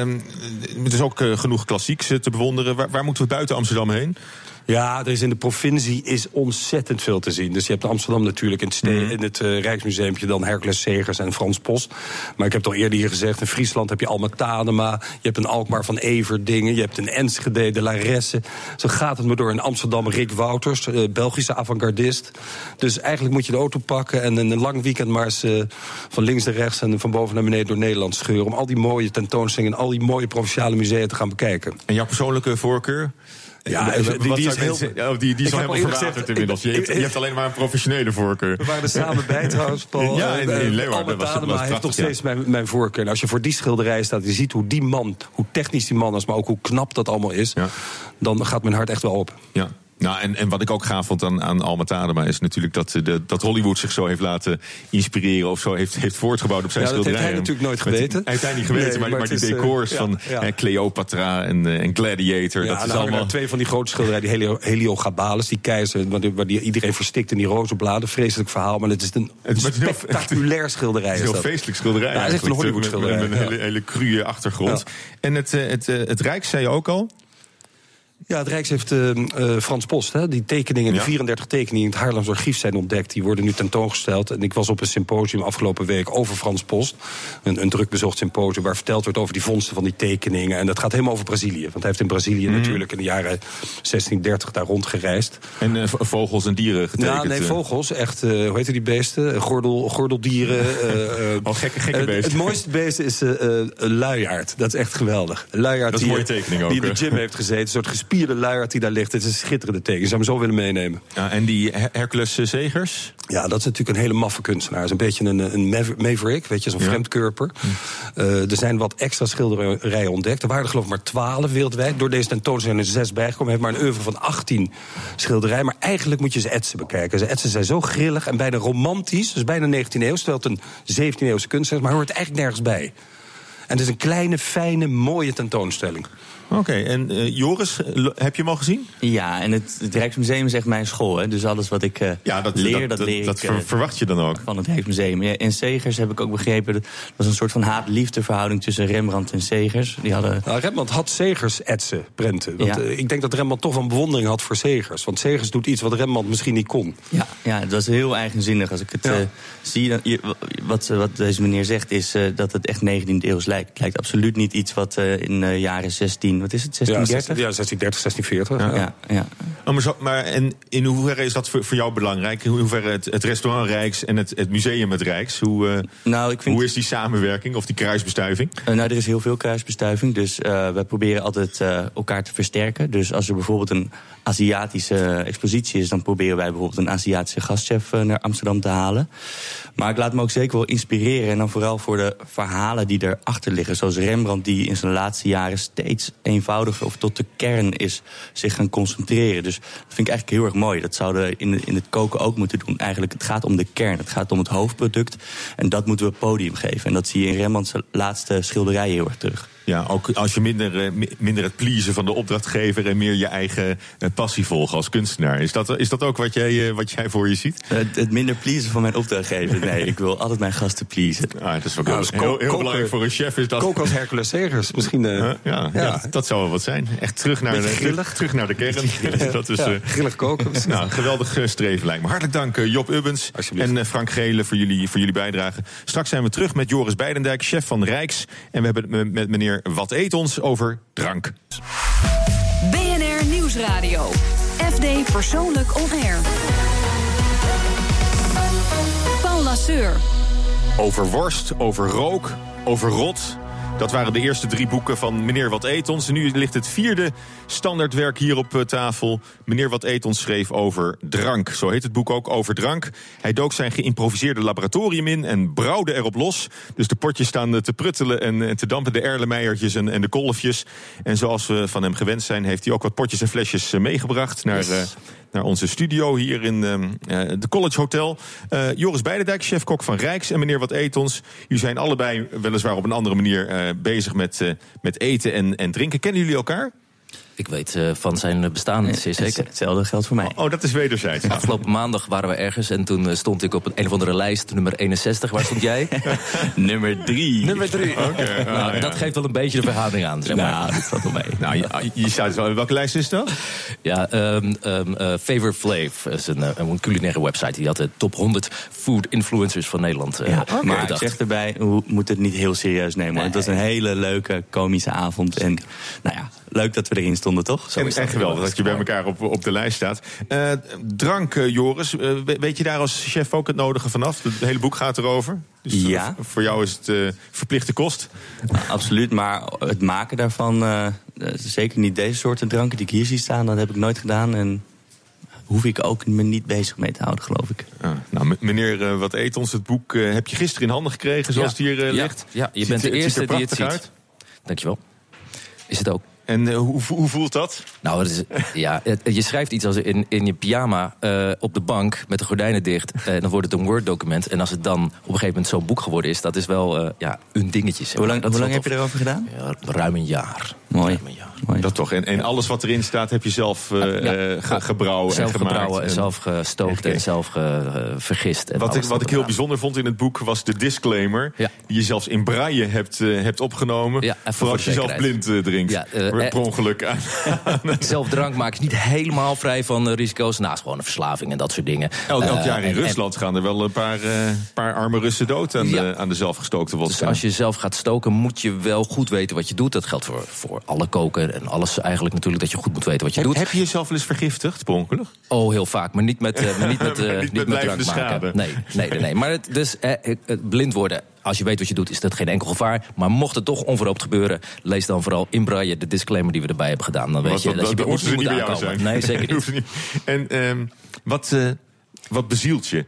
uh, het is ook uh, genoeg klassieks uh, te bewonderen. Waar, waar moeten we buiten Amsterdam heen? Ja, er is in de provincie is ontzettend veel te zien. Dus je hebt Amsterdam natuurlijk in het, ste- mm. in het uh, Rijksmuseumpje... dan Hercules Segers en Frans Post. Maar ik heb het al eerder hier gezegd... in Friesland heb je Alma Tadema... je hebt een Alkmaar van Everdingen... je hebt een Enschede, de La Resse. Zo gaat het maar door. In Amsterdam Rick Wouters, uh, Belgische avant-gardist. Dus eigenlijk moet je de auto pakken... en een lang weekend maar eens uh, van links naar rechts... en van boven naar beneden door Nederland scheuren... om al die mooie tentoonstellingen... en al die mooie provinciale musea te gaan bekijken. En jouw persoonlijke voorkeur? Ja, die, die, die is heel... Oh, die, die is al helemaal verwaterd inmiddels. Je hebt, je hebt alleen maar een professionele voorkeur. We waren er samen bij trouwens, Paul. Ja, in, in Leeuwarden. Alma Tadema heeft nog steeds ja. mijn, mijn voorkeur. En als je voor die schilderij staat, je ziet hoe die man... hoe technisch die man is, maar ook hoe knap dat allemaal is... Ja. dan gaat mijn hart echt wel op. Ja. Nou, en, en wat ik ook gaaf vond aan, aan Alma Tadema is natuurlijk dat, de, dat Hollywood zich zo heeft laten inspireren of zo heeft, heeft voortgebouwd op zijn ja, schilderijen. Dat heeft hij natuurlijk nooit geweten. Hij heeft hij niet geweten, nee, maar, maar, maar die is, decors uh, van ja, ja. Cleopatra en, uh, en Gladiator. Ja, dat is nou, allemaal... twee van die grote schilderijen, die Helio, Heliogabalus, die keizer, waar, die, waar die iedereen verstikt in die roze bladen. Vreselijk verhaal, maar het is een, een het spectaculair heel, schilderij. Het is een heel feestelijk schilderij. Ja, het is echt een Hollywood schilderij. Met, met een ja. hele, hele crue achtergrond. Ja. En het, het, het, het Rijk, zei je ook al? Ja, het Rijks heeft uh, uh, Frans Post, hè, die tekeningen, ja. de vierendertig tekeningen in het Haarlems Archief zijn ontdekt. Die worden nu tentoongesteld. En ik was op een symposium afgelopen week over Frans Post. Een, een druk bezocht symposium waar verteld wordt over die vondsten van die tekeningen. En dat gaat helemaal over Brazilië. Want hij heeft in Brazilië mm. natuurlijk in de jaren zestien dertig daar rondgereisd. En uh, vogels en dieren getekend? Ja, nee, vogels. Echt, uh, hoe heet die beesten? Gordel, gordeldieren. Uh, uh, oh, gekke, gekke beesten. Uh, het mooiste beest is uh, uh, een luiaard. Dat is echt geweldig. Een luiaard dat is die, een mooie tekening ook. Die in de gym heeft gezeten. Een soort gespierde luiaard die daar ligt. Het is een schitterende teken. Je zou hem zo willen meenemen. Ja, en die Her- Hercules Segers? Ja, dat is natuurlijk een hele maffe kunstenaar. Hij is een beetje een, een maverick, weet je, zo'n ja. vreemdkurper. Hm. Uh, er zijn wat extra schilderijen ontdekt. Er waren er geloof ik maar twaalf wereldwijd. Door deze tentoonstelling zijn er zes bijgekomen. Hij heeft maar een oeuvre van achttien schilderijen. Maar eigenlijk moet je ze etsen bekijken. Ze etsen zijn zo grillig en bijna romantisch. Dus bijna negentiende eeuw, terwijl het een zeventiende eeuwse kunstenaar is. Maar hoort eigenlijk nergens bij. En het is een kleine, fijne, mooie tentoonstelling. Oké, okay, en uh, Joris, heb je hem al gezien? Ja, en het, het Rijksmuseum is echt mijn school. Hè? Dus alles wat ik uh, ja, dat, leer, dat, dat, dat leer dat, ik... Dat verwacht je dan ook? Van het Rijksmuseum. Ja, en Segers heb ik ook begrepen... dat was een soort van haat-liefde verhouding tussen Rembrandt en Segers. Die hadden... Nou, Rembrandt had Segers etsen, prenten. Want, ja. uh, ik denk dat Rembrandt toch wel een bewondering had voor Segers. Want Segers doet iets wat Rembrandt misschien niet kon. Ja, ja dat is heel eigenzinnig. Als ik het ja. uh, zie, dan, je, wat, wat deze meneer zegt is uh, dat het echt negentiende eeuws lijkt. Het lijkt absoluut niet iets wat uh, in de uh, jaren zestien... Wat is het, zestien dertig? Ja, Ja, zestien dertig, zestien veertig. Ja, ja. ja. Oh, maar, zo, maar en in hoeverre is dat voor, voor jou belangrijk? In hoeverre het, het restaurant Rijks en het, het museum het Rijks? Hoe, uh, nou, ik vind... hoe is die samenwerking of die kruisbestuiving? Uh, nou, er is heel veel kruisbestuiving. Dus uh, we proberen altijd uh, elkaar te versterken. Dus als er bijvoorbeeld een Aziatische expositie is... dan proberen wij bijvoorbeeld een Aziatische gastchef uh, naar Amsterdam te halen. Maar ik laat me ook zeker wel inspireren. En dan vooral voor de verhalen die erachter liggen. Zoals Rembrandt, die in zijn laatste jaren steeds eenvoudiger... of tot de kern is zich gaan concentreren. Dus dat vind ik eigenlijk heel erg mooi. Dat zouden we in, in het koken ook moeten doen. Eigenlijk, het gaat om de kern. Het gaat om het hoofdproduct. En dat moeten we podium geven. En dat zie je in Rembrandts laatste schilderij heel erg terug. Ja, ook als je minder, uh, minder het pleasen van de opdrachtgever en meer je eigen uh, passie volgen als kunstenaar. Is dat, is dat ook wat jij, uh, wat jij voor je ziet? Uh, het minder pleasen van mijn opdrachtgever. Nee, ik wil altijd mijn gasten pleasen. Ah, dat is ook nou, heel, heel, heel belangrijk voor een chef. Is dat... Kook als Hercules Segers. Misschien, uh, uh, ja, ja. ja, dat zou wel wat zijn. Echt terug naar, de, terug, terug naar de kern. Ja, dat is, ja, uh, grillig koken. Nou, geweldig uh, streven lijkt me. Hartelijk dank uh, Job Ubbens en uh, Frank Geelen voor jullie, voor jullie bijdrage. Straks zijn we terug met Joris Beidendijk, chef van Rijks. En we hebben het met meneer Wat Eet Ons over drank. B N R Nieuwsradio. F D Persoonlijk On Air. Paul Lasseur. Over worst, over rook, over rot. Dat waren de eerste drie boeken van Meneer Wat Eet Ons. En nu ligt het vierde standaardwerk hier op uh, tafel. Meneer Wat Eet Ons schreef over drank. Zo heet het boek ook, over drank. Hij dook zijn geïmproviseerde laboratorium in en brouwde erop los. Dus de potjes staan te pruttelen en, en te dampen, de erlemeiertjes en, en de kolfjes. En zoals we van hem gewend zijn, heeft hij ook wat potjes en flesjes uh, meegebracht naar... Uh, naar onze studio hier in uh, de College Hotel. Uh, Joris Beidendijk, chef-kok van Rijks en Meneer Wat Eet Ons. Jullie zijn allebei weliswaar op een andere manier uh, bezig met, uh, met eten en, en drinken. Kennen jullie elkaar? Ik weet uh, van zijn bestaan, nee, zeer zeker. Hetzelfde geldt voor mij. Oh, oh dat is wederzijds. Afgelopen maandag waren we ergens en toen uh, stond ik op een, een of andere lijst, nummer eenenzestig. Waar stond jij? nummer drie. Nummer drie. Okay, uh, nou, ja. Dat geeft wel een beetje de verhouding aan, zeg maar. Nou, dat valt wel mee. Nou, je, je staat wel. Welke lijst is dat? Ja, um, um, uh, Favor Flav is een, uh, een culinaire website. Die had de top honderd food influencers van Nederland uh, ja, okay. Maar bedacht. ik zeg erbij, we moeten het niet heel serieus nemen. Nee. Het was een hele leuke, komische avond. En nou ja, leuk dat we erin stonden, toch? Zo en, en geweldig dat je bij elkaar op, op de lijst staat. Uh, drank, uh, Joris, uh, weet je daar als chef ook het nodige vanaf? Het hele boek gaat erover. Dus ja. Voor jou is het uh, verplichte kost? Nou, absoluut, maar het maken daarvan... Uh, zeker niet deze soorten dranken die ik hier zie staan, dat heb ik nooit gedaan. En hoef ik ook me niet bezig mee te houden, geloof ik. Ah, nou, meneer uh, Wat Eet Ons, het boek uh, heb je gisteren in handen gekregen, zoals ja. het hier uh, ja. ligt. Ja, je ziet, bent de eerste het die het ziet. Uit. Dankjewel. Is het ook. En uh, hoe, hoe voelt dat? Nou, het is, ja, het, je schrijft iets als in, in je pyjama uh, op de bank met de gordijnen dicht. En uh, dan wordt het een Word-document. En als het dan op een gegeven moment zo'n boek geworden is, dat is wel uh, ja, een dingetje. Zeg maar. Hoe lang, hoe lang heb je erover gedaan? Ja, ruim een jaar. Mooi. Ruim een jaar. Mooi. Dat toch. En, en alles wat erin staat heb je zelf uh, ja. ge, gebrouwen zelf en gemaakt. gebrouwen en, en zelf gestookt en, en zelf ge, uh, vergist. En wat ik, wat ik heel bijzonder vond in het boek was de disclaimer. Ja. Die je zelfs in braille hebt, uh, hebt opgenomen. Ja, voor als je zelf blind uh, drinkt. Ja, uh, per ongeluk aan. Zelf drank maken is niet helemaal vrij van uh, risico's. Nou, is gewoon een verslaving en dat soort dingen. Elk, elk jaar in uh, Rusland en, gaan er wel een paar, uh, paar arme Russen dood aan, ja. de, aan de zelfgestookte wodka. Dus als je zelf gaat stoken, moet je wel goed weten wat je doet. Dat geldt voor, voor alle koken en alles eigenlijk natuurlijk, dat je goed moet weten wat je heb, doet. Heb je jezelf wel eens vergiftigd, per ongeluk? Oh, heel vaak, maar niet met, uh, maar niet met, uh, niet met, met drank maken. Nee, nee, nee, nee. Maar het, dus, eh, het blind worden, als je weet wat je doet, is dat geen enkel gevaar. Maar mocht het toch onverhoopt gebeuren, lees dan vooral in braille de disclaimer die we erbij hebben gedaan. Dan weet wat, je dat, dat, je dat bij ons niet moet bij jou aankomen. zijn. Nee, zeker niet. niet. En um, wat, uh, wat bezielt je?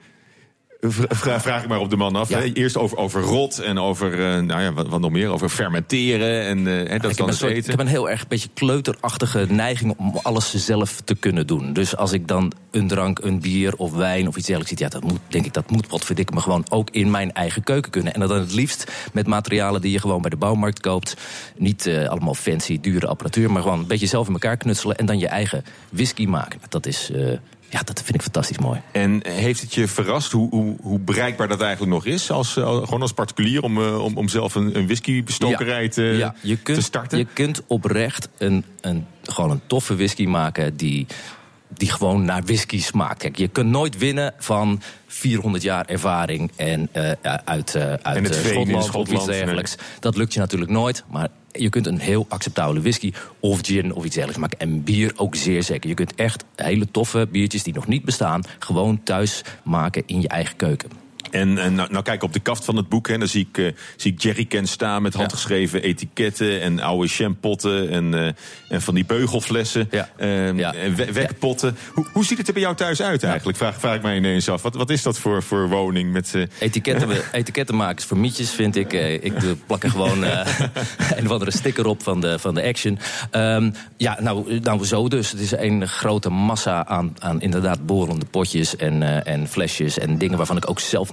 Vraag, vraag ik maar op de man af. Ja. Eerst over, over rot en over, uh, nou ja, wat, wat nog meer, over fermenteren en uh, dat is dan het eten. Ik heb een heel erg beetje kleuterachtige neiging om alles zelf te kunnen doen. Dus als ik dan een drank, een bier of wijn of iets dergelijks ziet, ja, dat moet, denk ik, dat moet potverdikke me gewoon ook in mijn eigen keuken kunnen. En dat dan het liefst met materialen die je gewoon bij de bouwmarkt koopt. Niet uh, allemaal fancy, dure apparatuur, maar gewoon een beetje zelf in elkaar knutselen en dan je eigen whisky maken. Dat is... Uh, Ja, dat vind ik fantastisch mooi. En heeft het je verrast hoe, hoe, hoe bereikbaar dat eigenlijk nog is? Als, uh, gewoon als particulier om, uh, om, om zelf een, een whiskybestokerij te, ja, ja, je kunt, te starten? Je kunt oprecht een, een, gewoon een toffe whisky maken die, die gewoon naar whisky smaakt. Kijk, je kunt nooit winnen van vierhonderd jaar ervaring en uh, uit, uh, uit en het uh, Schotland, Schotland of iets dergelijks. Nee. Dat lukt je natuurlijk nooit, maar je kunt een heel acceptabele whisky of gin of iets dergelijks maken. En bier ook zeer zeker. Je kunt echt hele toffe biertjes die nog niet bestaan gewoon thuis maken in je eigen keuken. En, en nou, nou kijk op de kaft van het boek, hè, dan zie ik, uh, zie ik jerrycans staan met handgeschreven ja. etiketten en oude champotten en, uh, en van die beugelflessen, ja. Uh, ja. en we- wekpotten. Ja. Hoe, hoe ziet het er bij jou thuis uit eigenlijk? Vraag, vraag ik mij ineens af. Wat, wat is dat voor, voor woning? Met, uh... etiketten, etiketten maken is voor mietjes, vind ik. Uh, ik plak er gewoon uh, een of andere sticker op van de, van de Action. Um, ja, nou, nou zo dus. Het is een grote massa aan, aan inderdaad borrelende potjes en, uh, en flesjes en dingen waarvan ik ook zelf niet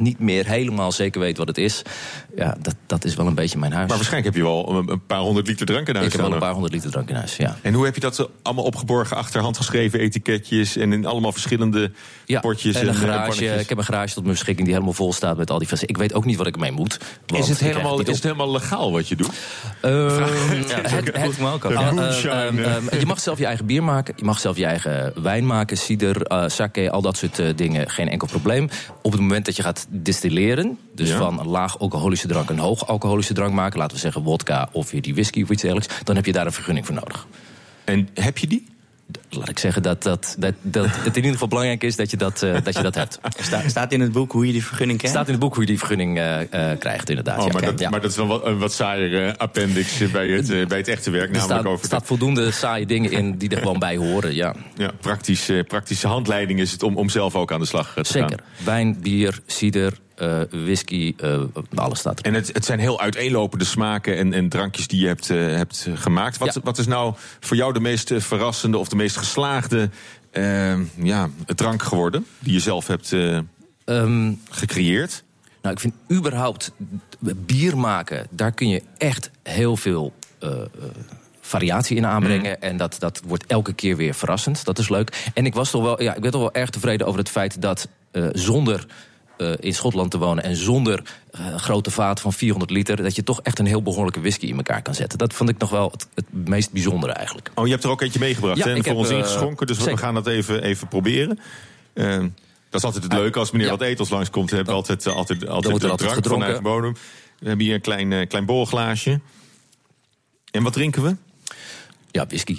niet meer helemaal zeker weet wat het is. Ja, dat, dat is wel een beetje mijn huis. Maar waarschijnlijk heb je wel een paar honderd liter drank in huis. Ik heb wel een paar honderd liter drank in huis, ja. En hoe heb je dat allemaal opgeborgen achter handgeschreven etiketjes en in allemaal verschillende ja, potjes en en een garage. pannetjes? Ik heb een garage tot mijn beschikking die helemaal vol staat met al die flessen. Ik weet ook niet wat ik ermee moet. Is het, helemaal, is het helemaal legaal wat je doet? Uh, ja, het, het, uh, uh, uh, uh, je mag zelf je eigen bier maken. Je mag zelf je eigen wijn maken. Cider, uh, sake, al dat soort uh, dingen. Geen enkel probleem. Op het moment dat je gaat distilleren, dus ja. van een laag alcoholische drank een hoog alcoholische drank maken, laten we zeggen wodka of weer die whisky of iets dergelijks, dan heb je daar een vergunning voor nodig. En heb je die? Laat ik zeggen dat, dat, dat, dat het in ieder geval belangrijk is dat je dat, uh, dat, je dat hebt. Sta, staat in het boek hoe je die vergunning krijgt? Staat in het boek hoe je die vergunning uh, uh, krijgt, inderdaad. Oh, ja, maar, kijk, dat, ja. maar dat is dan wel een wat saaier appendix bij het, uh, bij het echte werk. Er namelijk staat, over staat voldoende saaie dingen in die er gewoon bij horen, ja. Ja, praktisch, uh, praktische handleiding is het om, om zelf ook aan de slag te Zeker. gaan. Zeker. Wijn, bier, cider, Uh, whisky, uh, alles staat er. En het, het zijn heel uiteenlopende smaken en, en drankjes die je hebt, uh, hebt gemaakt. Wat, ja. wat is nou voor jou de meest verrassende of de meest geslaagde uh, ja, drank geworden die je zelf hebt uh, um, gecreëerd? Nou, ik vind überhaupt bier maken, daar kun je echt heel veel Uh, uh, variatie in aanbrengen. Mm. En dat, dat wordt elke keer weer verrassend. Dat is leuk. En ik was toch wel, ja, ik ben toch wel erg tevreden over het feit dat uh, zonder Uh, in Schotland te wonen en zonder uh, grote vaat van vierhonderd liter, dat je toch echt een heel behoorlijke whisky in elkaar kan zetten. Dat vond ik nog wel het, het meest bijzondere eigenlijk. Oh, je hebt er ook eentje meegebracht ja, en voor heb, ons ingeschonken, dus zeker. We gaan dat even, even proberen. Uh, dat is altijd het leuke als meneer ja. wat etels langskomt. We hebben oh. altijd, altijd, altijd de drank gedronken. Van eigen bodem. We hebben hier een klein, uh, klein borrelglaasje. En wat drinken we? Ja, whisky.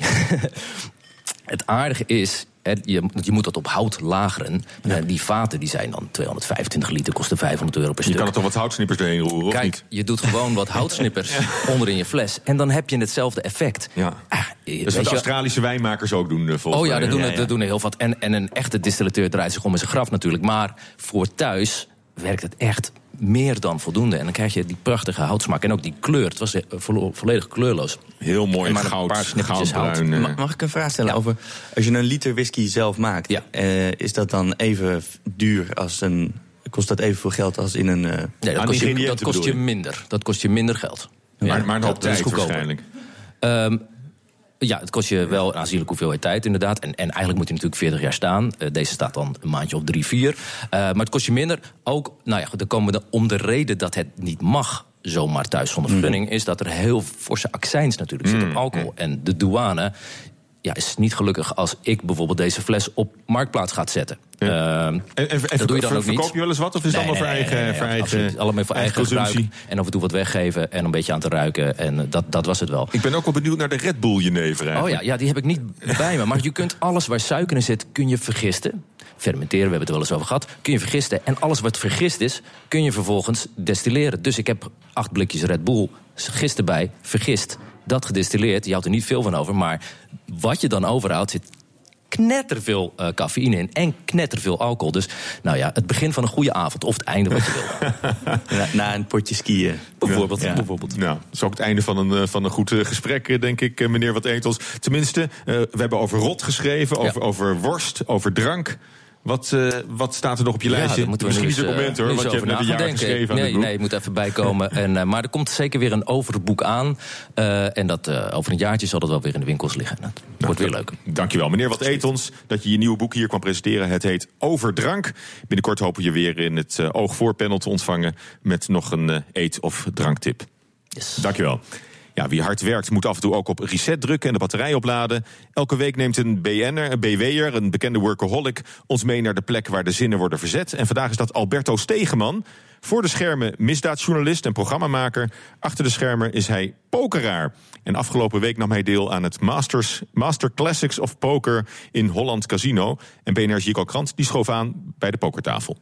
Het aardige is, Je, je moet dat op hout lageren. Ja. Die vaten die zijn dan tweehonderdvijfentwintig liter, kosten vijfhonderd euro per stuk. Je kan er toch wat houtsnippers doorheen roeren, of Kijk, niet? je doet gewoon wat houtsnippers ja. onder in je fles. En dan heb je hetzelfde effect. Ja. Ah, dus wat de Australische wijnmakers ook doen, volgens Oh ja, mij. dat doen, ja, ja. dat doen er heel wat. En, en een echte distillateur draait zich om in zijn graf natuurlijk. Maar voor thuis werkt het echt meer dan voldoende. En dan krijg je die prachtige houtsmaak. En ook die kleur. Het was vo- volledig kleurloos. Heel mooi, maar goud, een paar snippertjes hout. Mag, mag ik een vraag stellen ja. over, als je een liter whisky zelf maakt, ja. uh, is dat dan even duur als een, kost dat evenveel geld als in een... Uh, nee, dat kost, je, dat kost je minder. Dat kost je minder geld. Ja. Maar, maar een hoop dat, tijd dat is waarschijnlijk. Um, Ja, het kost je wel een aanzienlijke hoeveelheid tijd, inderdaad. En, en eigenlijk moet hij natuurlijk veertig jaar staan. Uh, deze staat dan een maandje of drie, vier. Uh, maar het kost je minder. Ook, nou ja, dan komen we om de reden dat het niet mag zomaar thuis zonder vergunning, mm. is dat er heel forse accijns natuurlijk mm. zit op alcohol. En de douane ja, is niet gelukkig als ik bijvoorbeeld deze fles op Marktplaats gaat zetten. Ja. Uh, en, en, en dat doe je dan ook niet. Verkoop je wel eens wat? Of is het nee, allemaal nee, voor eigen, nee, voor eigen allemaal voor eigen, eigen gebruik. En af en toe wat weggeven en een beetje aan te ruiken. En dat, dat was het wel. Ik ben ook wel benieuwd naar de Red Bull jenever eigenlijk. Oh ja, ja, die heb ik niet bij me. Maar je kunt alles waar suiker in zit, kun je vergisten. Fermenteren, we hebben het er wel eens over gehad. Kun je vergisten. En alles wat vergist is, kun je vervolgens destilleren. Dus ik heb acht blikjes Red Bull, gist erbij, vergist. Dat gedistilleerd, je houdt er niet veel van over. Maar wat je dan overhoudt, zit knetterveel uh, cafeïne in en knetterveel alcohol. Dus nou ja, het begin van een goede avond of het einde wat je wil. na, na een potje skiën. Bijvoorbeeld. Ja. Ja. bijvoorbeeld. Nou, dat is ook het einde van een, van een goed uh, gesprek, denk ik, meneer Wat Etels. Tenminste, uh, we hebben over rot geschreven, over, ja. over worst, over drank. Wat, uh, wat staat er nog op je ja, lijstje? Misschien is het moment hoor, want je hebt net een jaar geschreven aan nee, nee, je moet even bijkomen. en, uh, maar er komt zeker weer een overboek aan. Uh, en dat uh, over een jaartje zal dat wel weer in de winkels liggen. Dat nou, wordt weer leuk. Dankjewel, meneer Wat Etels, dat je je nieuwe boek hier kwam presenteren. Het heet Over Drank. Binnenkort hopen je weer in het uh, Oog voor panel te ontvangen met nog een uh, eet- of dranktip. Yes. Dankjewel. Ja, wie hard werkt moet af en toe ook op reset drukken en de batterij opladen. Elke week neemt een B N'er, een B W'er, een bekende workaholic, ons mee naar de plek waar de zinnen worden verzet. En vandaag is dat Alberto Stegeman. Voor de schermen misdaadjournalist en programmamaker. Achter de schermen is hij pokeraar. En afgelopen week nam hij deel aan het Masters, Master Classics of Poker in Holland Casino. En B N R's Jico Krant die schoof aan bij de pokertafel.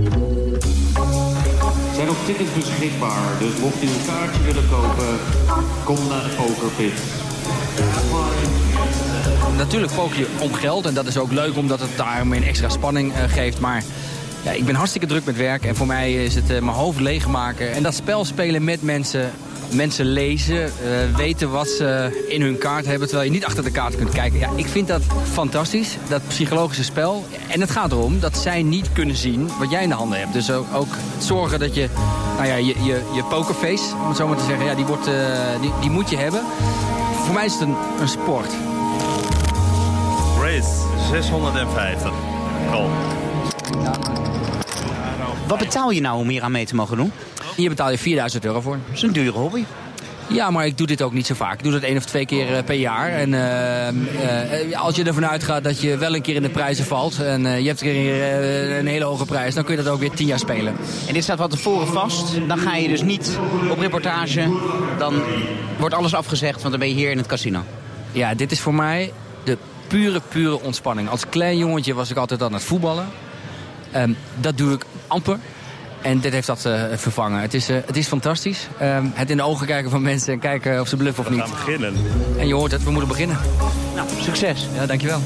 Er zijn ook tickets beschikbaar, dus mocht u een kaartje willen kopen, kom naar de Pokerpit. Natuurlijk poker je om geld en dat is ook leuk omdat het daarom een extra spanning uh, geeft. Maar ja, ik ben hartstikke druk met werk en voor mij is het uh, mijn hoofd leegmaken. En dat spel spelen met mensen, mensen lezen, uh, weten wat ze in hun kaart hebben, terwijl je niet achter de kaart kunt kijken. Ja, ik vind dat fantastisch, dat psychologische spel. En het gaat erom dat zij niet kunnen zien wat jij in de handen hebt. Dus ook, ook zorgen dat je, nou ja, je, je, je pokerface, om het zo maar te zeggen, ja, die, wordt, uh, die, die moet je hebben. Voor mij is het een, een sport. Race zeshonderdvijftig. Call. Wat betaal je nou om hier aan mee te mogen doen? Hier betaal je vierduizend euro voor. Dat is een dure hobby. Ja, maar ik doe dit ook niet zo vaak. Ik doe dat één of twee keer uh, per jaar. En uh, uh, als je ervan uitgaat dat je wel een keer in de prijzen valt... en uh, je hebt een keer uh, een hele hoge prijs... dan kun je dat ook weer tien jaar spelen. En dit staat van tevoren vast. Dan ga je dus niet op reportage. Dan wordt alles afgezegd, want dan ben je hier in het casino. Ja, dit is voor mij de pure, pure ontspanning. Als klein jongetje was ik altijd aan het voetballen. Um, dat doe ik amper. En dit heeft dat uh, vervangen. Het is, uh, het is fantastisch. Um, het in de ogen kijken van mensen en kijken of ze bluffen of niet. We gaan beginnen. En je hoort het, we moeten beginnen. Nou, succes. Ja, dankjewel.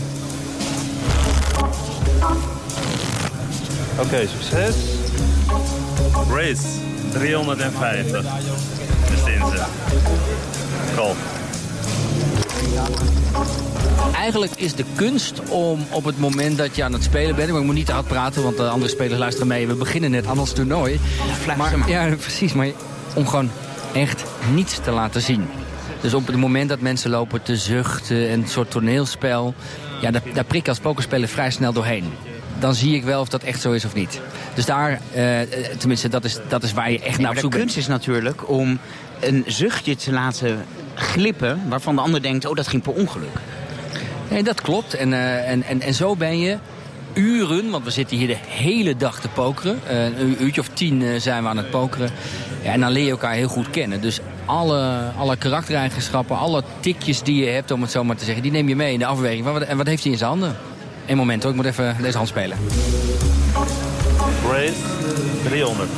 Oké, okay, succes. Race driehonderdvijftig. Dus deze. Call. Eigenlijk is de kunst om op het moment dat je aan het spelen bent... maar ik moet niet te hard praten, want de andere spelers luisteren mee. We beginnen net aan ons toernooi. Ja, maar, maar. Ja, precies. Maar om gewoon echt niets te laten zien. Dus op het moment dat mensen lopen te zuchten en een soort toneelspel... ja, daar, daar prik ik als pokerspeler vrij snel doorheen. Dan zie ik wel of dat echt zo is of niet. Dus daar, uh, tenminste, dat is, dat is waar je echt nee, naar op zoek bent. De kunst is natuurlijk om een zuchtje te laten glippen... waarvan de ander denkt, oh, dat ging per ongeluk. Nee, dat klopt. En, uh, en, en, en zo ben je uren, want we zitten hier de hele dag te pokeren. Uh, een uurtje of tien uh, zijn we aan het pokeren. Ja, en dan leer je elkaar heel goed kennen. Dus alle, alle karaktereigenschappen, alle tikjes die je hebt, om het zo maar te zeggen... die neem je mee in de afweging. Van wat, en wat heeft hij in zijn handen? Eén moment hoor, ik moet even deze hand spelen. Race driehonderd.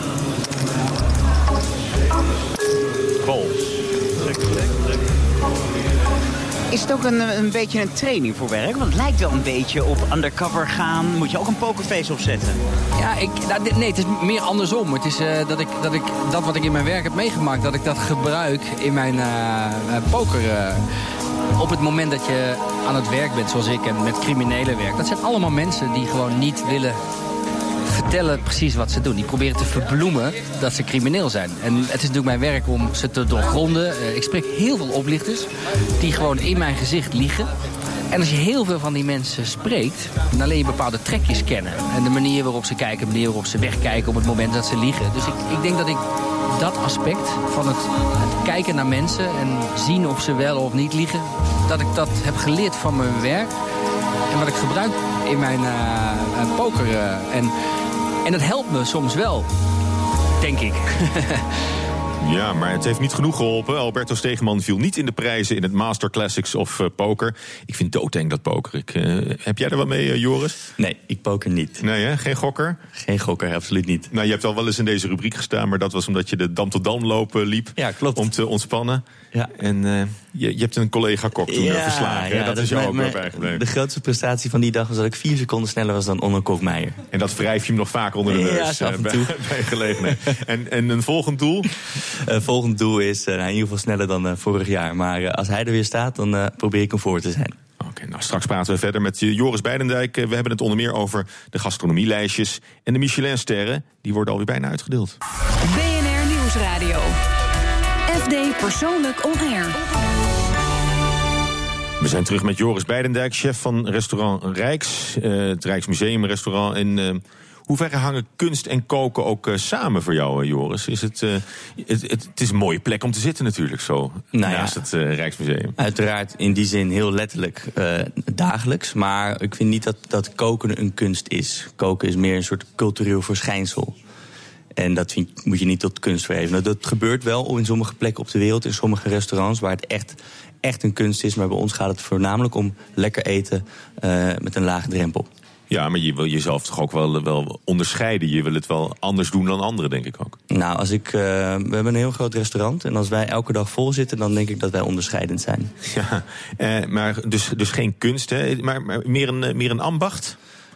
Call. Check, check, check. Is het ook een, een beetje een training voor werk? Want het lijkt wel een beetje op undercover gaan. Moet je ook een pokerface opzetten? Ja, ik, nou, dit, nee, het is meer andersom. Het is uh, dat, ik, dat ik dat wat ik in mijn werk heb meegemaakt... dat ik dat gebruik in mijn uh, uh, poker... Uh, op het moment dat je aan het werk bent, zoals ik, en met criminelen werk... dat zijn allemaal mensen die gewoon niet willen vertellen precies wat ze doen. Die proberen te verbloemen dat ze crimineel zijn. En het is natuurlijk mijn werk om ze te doorgronden. Uh, ik spreek heel veel oplichters die gewoon in mijn gezicht liegen. En als je heel veel van die mensen spreekt, dan leer je bepaalde trekjes kennen. En de manier waarop ze kijken, de manier waarop ze wegkijken op het moment dat ze liegen. Dus ik, ik denk dat ik dat aspect van het, het kijken naar mensen en zien of ze wel of niet liegen, dat ik dat heb geleerd van mijn werk. En wat ik gebruik in mijn uh, poker. Uh, en, en dat helpt me soms wel, denk ik. Ja, maar het heeft niet genoeg geholpen. Alberto Stegeman viel niet in de prijzen in het Master Classics of uh, poker. Ik vind doodeng dat poker. Ik, uh, heb jij er wat mee, uh, Joris? Nee, ik poker niet. Nee, hè? Geen gokker? Geen gokker, absoluut niet. Nou, je hebt al wel eens in deze rubriek gestaan, maar dat was omdat je de dam-tot-dam lopen liep. Ja, klopt. Om te ontspannen. Ja. En uh, je, je hebt een collega-kok toen ja, verslagen. Ja, dat, dat is jou ook wel bijgebleven. De grootste prestatie van die dag was dat ik vier seconden sneller was dan Onno Kokmeijer. En dat wrijf je hem nog vaak onder de neus ja, uh, bij, bij gelegenheid. en, en een volgend doel? Uh, volgend doel is uh, in ieder geval sneller dan uh, vorig jaar. Maar uh, als hij er weer staat, dan uh, probeer ik hem voor te zijn. Oké, okay, nou straks praten we verder met Joris Beidendijk. We hebben het onder meer over de gastronomielijstjes en de Michelinsterren. Die worden alweer bijna uitgedeeld. B N R Nieuwsradio. F D Persoonlijk On Air. We zijn terug met Joris Beidendijk, chef van restaurant Rijks. Uh, het Rijksmuseum restaurant. En uh, hoe ver hangen kunst en koken ook uh, samen voor jou, uh, Joris? Is het, uh, het, het, het is een mooie plek om te zitten natuurlijk, zo nou naast ja, het uh, Rijksmuseum. Uiteraard in die zin heel letterlijk uh, dagelijks. Maar ik vind niet dat, dat koken een kunst is. Koken is meer een soort cultureel verschijnsel. En dat vind, moet je niet tot kunst verheven. Dat gebeurt wel in sommige plekken op de wereld, in sommige restaurants, waar het echt, echt een kunst is. Maar bij ons gaat het voornamelijk om lekker eten uh, met een lage drempel. Ja, maar je wil jezelf toch ook wel, wel onderscheiden. Je wil het wel anders doen dan anderen, denk ik ook. Nou, als ik, uh, we hebben een heel groot restaurant. En als wij elke dag vol zitten, dan denk ik dat wij onderscheidend zijn. Ja, eh, maar dus, dus geen kunst, hè? Maar, maar meer, een, meer een ambacht?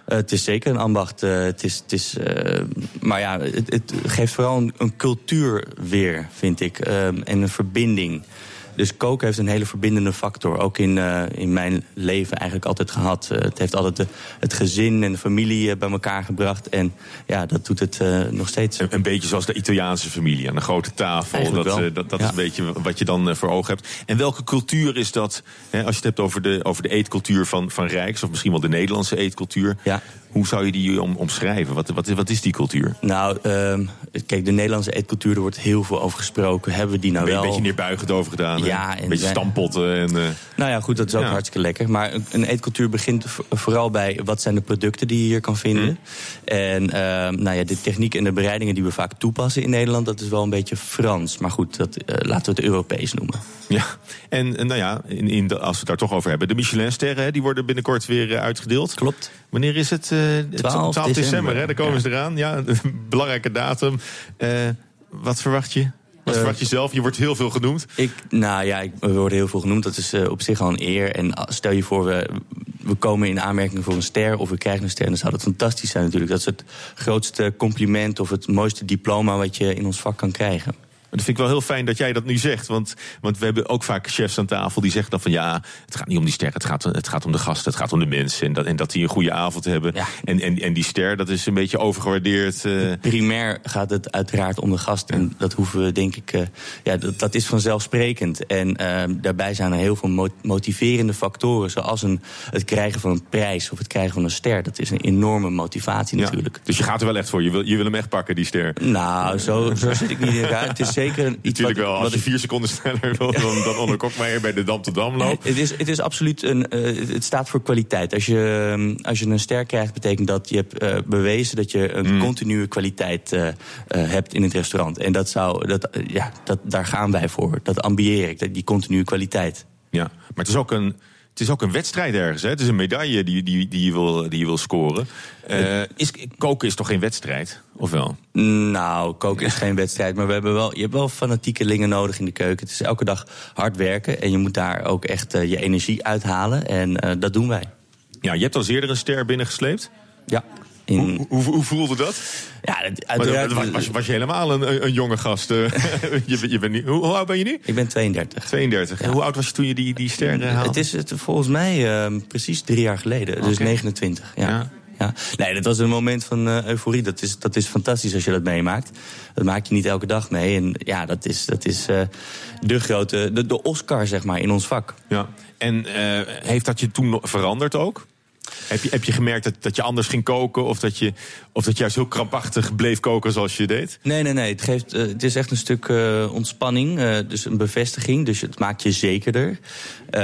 Uh, het is zeker een ambacht. Uh, het is, het is, uh, maar ja, het, het geeft vooral een, een cultuur weer, vind ik. Uh, en een verbinding. Dus koken heeft een hele verbindende factor. Ook in, uh, in mijn leven eigenlijk altijd gehad. Uh, het heeft altijd de, het gezin en de familie uh, bij elkaar gebracht. En ja, dat doet het uh, nog steeds. Een, een beetje zoals de Italiaanse familie aan een grote tafel. Dat, uh, dat, dat ja. is een beetje wat je dan uh, voor ogen hebt. En welke cultuur is dat? Hè, als je het hebt over de, over de eetcultuur van, van Rijks, of misschien wel de Nederlandse eetcultuur. Ja. Hoe zou je die om, omschrijven? Wat, wat, wat is die cultuur? Nou, uh, kijk, de Nederlandse eetcultuur, er wordt heel veel over gesproken. Hebben we die nou wel? Een beetje neerbuigend over gedaan. Ja, een beetje stampotten. En, uh... Nou ja, goed, dat is ook ja. hartstikke lekker. Maar een, een eetcultuur begint vooral bij wat zijn de producten die je hier kan vinden. Mm. En uh, nou ja, de techniek en de bereidingen die we vaak toepassen in Nederland, dat is wel een beetje Frans. Maar goed, dat, uh, laten we het Europees noemen. Ja, en nou ja, in, in de, als we het daar toch over hebben. De Michelinsterren, die worden binnenkort weer uh, uitgedeeld. Klopt. Wanneer is het? Uh, twaalf december, december hè? Daar komen ja. ze eraan. Ja, een belangrijke datum. Uh, wat verwacht je? Wat uh, verwacht je zelf? Je wordt heel veel genoemd. Ik, nou ja, ik, we worden heel veel genoemd. Dat is uh, op zich al een eer. En stel je voor, we, we komen in aanmerking voor een ster of we krijgen een ster, dan zou dat fantastisch zijn natuurlijk. Dat is het grootste compliment of het mooiste diploma wat je in ons vak kan krijgen. Dat vind ik wel heel fijn dat jij dat nu zegt. Want, want we hebben ook vaak chefs aan tafel die zeggen dan van ja, het gaat niet om die ster, het gaat, het gaat om de gasten, het gaat om de mensen. En dat, en dat die een goede avond hebben. Ja. En, en, en die ster, dat is een beetje overgewaardeerd. Uh... Primair gaat het uiteraard om de gast. En dat hoeven we, denk ik, uh, ja, dat, dat is vanzelfsprekend. En uh, daarbij zijn er heel veel motiverende factoren. Zoals een, het krijgen van een prijs of het krijgen van een ster. Dat is een enorme motivatie natuurlijk. Ja, dus je gaat er wel echt voor, je wil, je wil hem echt pakken, die ster. Nou, zo, zo zit ik niet in elkaar. Het is zeker iets natuurlijk wat, wel, als wat je vier seconden sneller wil dan, dan Onno Kokmeijer bij de Dam te Dam loopt. Het is, het is absoluut een, uh, het staat voor kwaliteit. Als je, als je een ster krijgt, betekent dat je hebt uh, bewezen dat je een mm. continue kwaliteit uh, uh, hebt in het restaurant. En dat zou, dat, uh, ja, dat, daar gaan wij voor. Dat ambieer ik, die continue kwaliteit. Ja, maar het is ook een... Het is ook een wedstrijd ergens, hè? Het is een medaille die, die, die, je, wil, die je wil scoren. Uh, is, koken is toch geen wedstrijd, of wel? Nou, koken is geen wedstrijd, maar we hebben wel, je hebt wel fanatiekelingen nodig in de keuken. Het is elke dag hard werken en je moet daar ook echt uh, je energie uithalen. En uh, dat doen wij. Ja, je hebt al eerder een ster binnengesleept. Ja. In... Hoe, hoe, hoe voelde dat? Ja, uiteraard... was, was, was je helemaal een, een jonge gast? Uh, je, je bent nu, hoe, hoe oud ben je nu? Ik ben tweeëndertig. tweeëndertig. Ja. Hoe oud was je toen je die, die ster haalde? Het is het, volgens mij uh, precies drie jaar geleden. Okay. Dus negenentwintig. Ja. Ja. Ja. Nee, dat was een moment van uh, euforie. Dat is, dat is fantastisch als je dat meemaakt. Dat maak je niet elke dag mee. En ja, dat is, dat is uh, de grote, de, de Oscar, zeg maar, in ons vak. Ja. En uh, heeft dat je toen veranderd ook? Heb je, heb je gemerkt dat, dat je anders ging koken? Of dat je, of dat je juist heel krampachtig bleef koken zoals je deed? Nee, nee, nee. Het, geeft, uh, het is echt een stuk uh, ontspanning. Uh, dus een bevestiging. Dus het maakt je zekerder. Uh,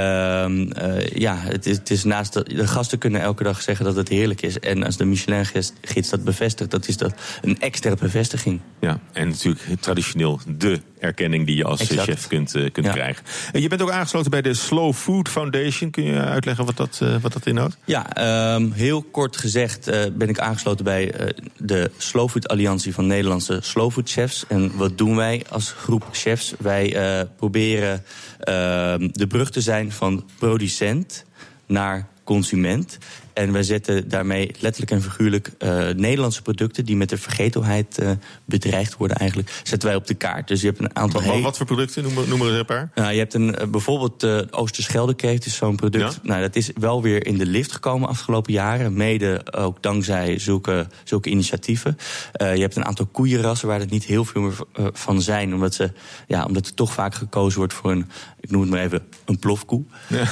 uh, ja, het is, het is naast de, de gasten kunnen elke dag zeggen dat het heerlijk is. En als de Michelin-gids dat bevestigt, dat is dat een extra bevestiging. Ja, en natuurlijk traditioneel de erkenning die je als exact. chef kunt, uh, kunt ja. krijgen. Uh, je bent ook aangesloten bij de Slow Food Foundation. Kun je uitleggen wat dat, uh, wat dat inhoudt? Ja, um, heel kort gezegd uh, ben ik aangesloten bij uh, de Slow Food Alliantie van Nederlandse Slow Food Chefs. En wat doen wij als groep chefs? Wij uh, proberen uh, de brug te zijn van producent naar consument. En wij zetten daarmee letterlijk en figuurlijk uh, Nederlandse producten die met de vergetelheid uh, bedreigd worden eigenlijk, zetten wij op de kaart. Dus je hebt een aantal... Wat, wat voor producten? Noem, noem er eens een paar. Nou, je hebt een, uh, bijvoorbeeld uh, Oosterscheldekreeft is zo'n product. Ja? Nou, dat is wel weer in de lift gekomen afgelopen jaren. Mede ook dankzij zulke, zulke initiatieven. Uh, je hebt een aantal koeienrassen waar er niet heel veel meer uh, van zijn. Omdat, ze, ja, omdat er toch vaak gekozen wordt voor een, ik noem het maar even, een plofkoe. Ja.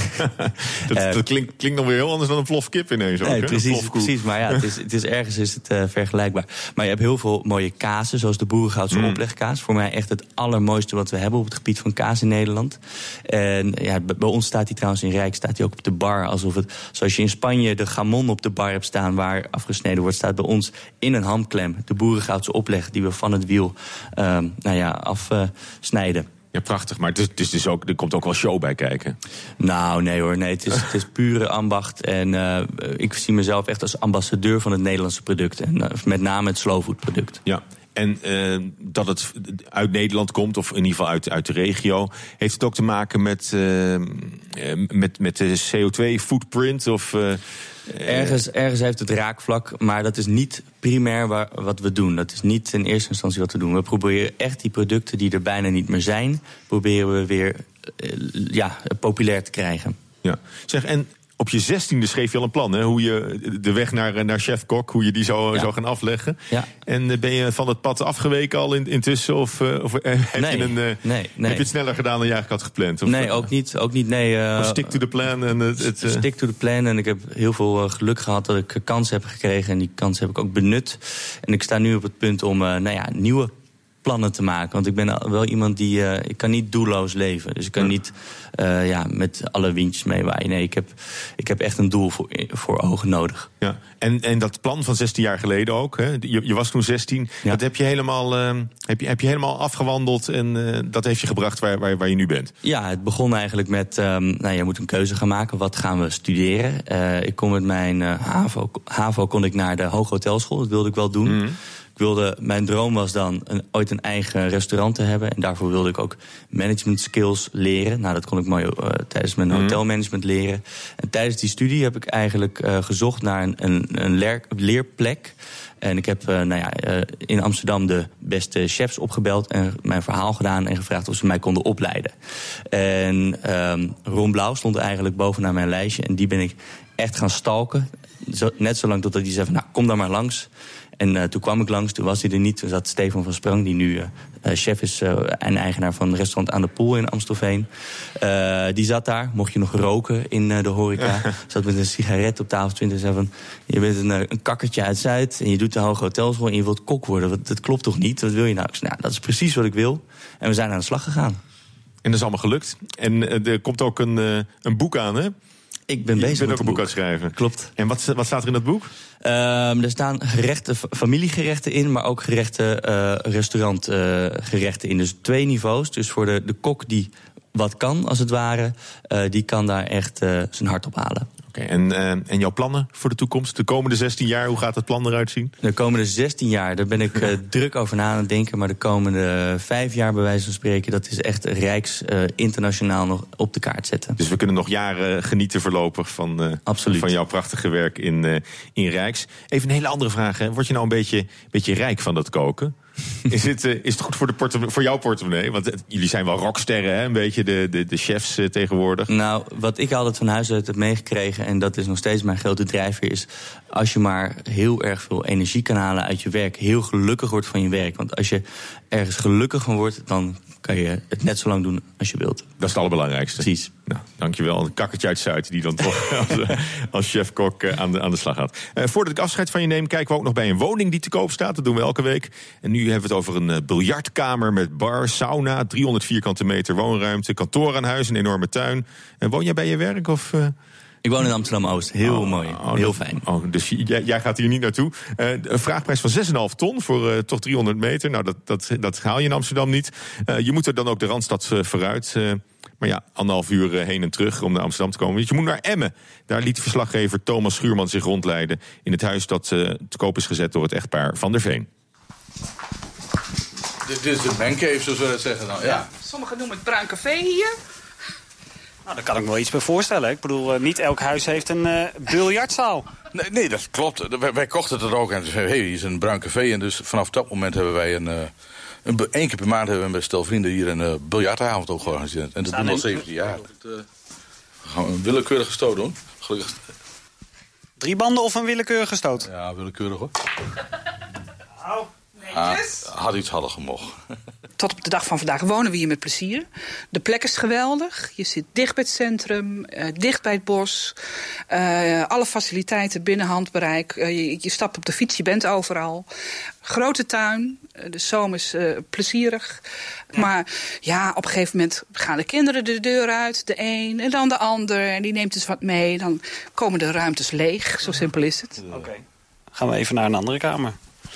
dat uh, dat klinkt, klinkt nog weer heel anders dan een plofkip ineens ook. Nee, hè? precies, precies, maar ja, het is, het is ergens is het uh, vergelijkbaar. Maar je hebt heel veel mooie kazen, zoals de Boerengoudse mm. oplegkaas. Voor mij echt het allermooiste wat we hebben op het gebied van kaas in Nederland. En ja, bij ons staat die trouwens in Rijk, staat die ook op de bar. Alsof het, zoals je in Spanje de gamon op de bar hebt staan waar afgesneden wordt, staat bij ons in een hamklem de Boerengoudse opleg die we van het wiel uh, nou ja, afsnijden. Uh, Ja, prachtig. Maar het is, het is dus ook, er komt ook wel show bij kijken. Nou, nee hoor. Nee, het is, het is pure ambacht. En uh, ik zie mezelf echt als ambassadeur van het Nederlandse product. En uh, met name het slowfood product. Ja. En uh, dat het uit Nederland komt, of in ieder geval uit, uit de regio. Heeft het ook te maken met, uh, met, met de C O twee footprint? Of, uh, ergens, ergens heeft het raakvlak, maar dat is niet primair waar, wat we doen. Dat is niet in eerste instantie wat we doen. We proberen echt die producten die er bijna niet meer zijn, proberen we weer uh, ja, populair te krijgen. Ja, zeg, en op je zestiende schreef je al een plan, hè? Hoe je de weg naar, naar chef-kok, hoe je die zou, ja. zou gaan afleggen. Ja. En ben je van het pad afgeweken al in, intussen? Of, of heb, nee, je een, nee, nee. heb je het sneller gedaan dan je eigenlijk had gepland? Of, nee, ook niet. Ook niet nee, uh, stick to the plan. En het, het, uh... Stick to the plan. En ik heb heel veel uh, geluk gehad dat ik kansen heb gekregen. En die kansen heb ik ook benut. En ik sta nu op het punt om uh, nou ja, nieuwe plannen te maken. Want ik ben wel iemand die... Uh, ik kan niet doelloos leven. Dus ik kan niet uh, ja, met alle windjes meewaaien. Nee, ik heb, ik heb echt een doel voor, voor ogen nodig. Ja. En, en dat plan van zestien jaar geleden ook. Hè? Je, je was toen zestien. Ja. Dat heb je, helemaal, uh, heb, je, heb je helemaal afgewandeld. En uh, dat heeft je gebracht waar, waar, waar je nu bent. Ja, het begon eigenlijk met... Um, nou, je moet een keuze gaan maken. Wat gaan we studeren? Uh, ik kon met mijn uh, HAVO, HAVO kon ik naar de Hoge Hotelschool. Dat wilde ik wel doen. Mm. Ik wilde, mijn droom was dan een, ooit een eigen restaurant te hebben. En daarvoor wilde ik ook management skills leren. Nou, dat kon ik mooi uh, tijdens mijn mm. hotelmanagement leren. En tijdens die studie heb ik eigenlijk uh, gezocht naar een, een, een leer, leerplek. En ik heb uh, nou ja, uh, in Amsterdam de beste chefs opgebeld en mijn verhaal gedaan en gevraagd of ze mij konden opleiden. En um, Ron Blauw stond eigenlijk bovenaan mijn lijstje. En die ben ik echt gaan stalken. Zo, net zolang totdat hij zei van, nou, kom dan maar langs. En uh, toen kwam ik langs, toen was hij er niet. Toen zat Stefan van Sprang, die nu uh, chef is uh, en eigenaar van het restaurant Aan de Poel in Amstelveen. Uh, die zat daar, mocht je nog roken in uh, de horeca. Zat met een sigaret op tafel twintig en zei van, je bent een, een kakkertje uit Zuid en je doet de Hoge Hotelschool en je wilt kok worden. Dat, dat klopt toch niet? Wat wil je nou? Ik zei, nou, dat is precies wat ik wil. En we zijn aan de slag gegaan. En dat is allemaal gelukt. En uh, er komt ook een, uh, een boek aan, hè? Ik ben bezig met met ook een boek aan het schrijven. Klopt. En wat, wat staat er in dat boek? Um, er staan gerechten, familiegerechten in, maar ook gerechten, uh, restaurantgerechten uh, in. Dus twee niveaus. Dus voor de, de kok die wat kan, als het ware, uh, die kan daar echt uh, zijn hart op halen. Oké, okay, en, uh, en jouw plannen voor de toekomst? De komende zestien jaar, hoe gaat het plan eruit zien? De komende zestien jaar, daar ben ik uh, druk over na aan het denken. Maar de komende vijf jaar, bij wijze van spreken, dat is echt rijks uh, internationaal nog op de kaart zetten. Dus we kunnen nog jaren genieten voorlopig van, uh, van jouw prachtige werk in, uh, in Rijks. Even een hele andere vraag. Hè. Word je nou een beetje, beetje rijk van dat koken? Is het, uh, is het goed voor, de portemonnee, voor jouw portemonnee? Want uh, jullie zijn wel rocksterren, hè? Een beetje de, de, de chefs uh, tegenwoordig. Nou, wat ik altijd van huis uit heb meegekregen, en dat is nog steeds mijn grote drijfveer, is als je maar heel erg veel energie kan halen uit je werk, heel gelukkig wordt van je werk. Want als je ergens gelukkig van wordt, dan kan je het net zo lang doen als je wilt. Dat is het allerbelangrijkste. Precies. Nou, dankjewel. Een kakkertje uit Zuid die dan toch als, als chef-kok aan de, aan de slag gaat. Uh, voordat ik afscheid van je neem, kijken we ook nog bij een woning die te koop staat. Dat doen we elke week. En nu hebben we het over een uh, biljartkamer met bar, sauna, driehonderd vierkante meter woonruimte, kantoor aan huis, een enorme tuin. En woon jij bij je werk of... Uh... Ik woon in Amsterdam-Oost. Heel oh, mooi. Oh, heel dat, fijn. Oh, dus jij, jij gaat hier niet naartoe. Uh, een vraagprijs van zes komma vijf ton voor uh, toch driehonderd meter. Nou, dat, dat, dat haal je in Amsterdam niet. Uh, je moet er dan ook de Randstad uh, vooruit. Uh, maar ja, anderhalf uur uh, heen en terug om naar Amsterdam te komen. Dus je moet naar Emmen. Daar liet verslaggever Thomas Schuurman zich rondleiden in het huis dat uh, te koop is gezet door het echtpaar Van der Veen. Dit, dit is de mancave, zo zou je dat zeggen dan. Ja. Ja. Sommigen noemen het bruin café hier. Nou, daar kan ik me wel iets bij voorstellen. Ik bedoel, uh, niet elk huis heeft een uh, biljartzaal. Nee, nee, dat klopt. Wij, wij kochten het er ook en zeiden, hey, hier is een bruin café. En dus vanaf dat moment hebben wij een... Uh, een Eén keer per maand hebben we met stel vrienden hier een uh, biljartavond ook georganiseerd. En dat doen we al zeventien jaar. Uh, we gaan een willekeurige stoot doen. Gelukkig. Drie banden of een willekeurige stoot? Ja, willekeurig hoor. Nou, netjes. Ah, had iets hadden gemocht. Tot op de dag van vandaag wonen we hier met plezier. De plek is geweldig. Je zit dicht bij het centrum, uh, dicht bij het bos. Uh, alle faciliteiten binnen handbereik. Uh, je, je stapt op de fiets, je bent overal. Grote tuin, uh, de zomer is uh, plezierig. Ja. Maar ja, op een gegeven moment gaan de kinderen de deur uit. De een en dan de ander. En die neemt dus wat mee. Dan komen de ruimtes leeg. Zo simpel is het. Oké. Okay. Gaan we even naar een andere kamer.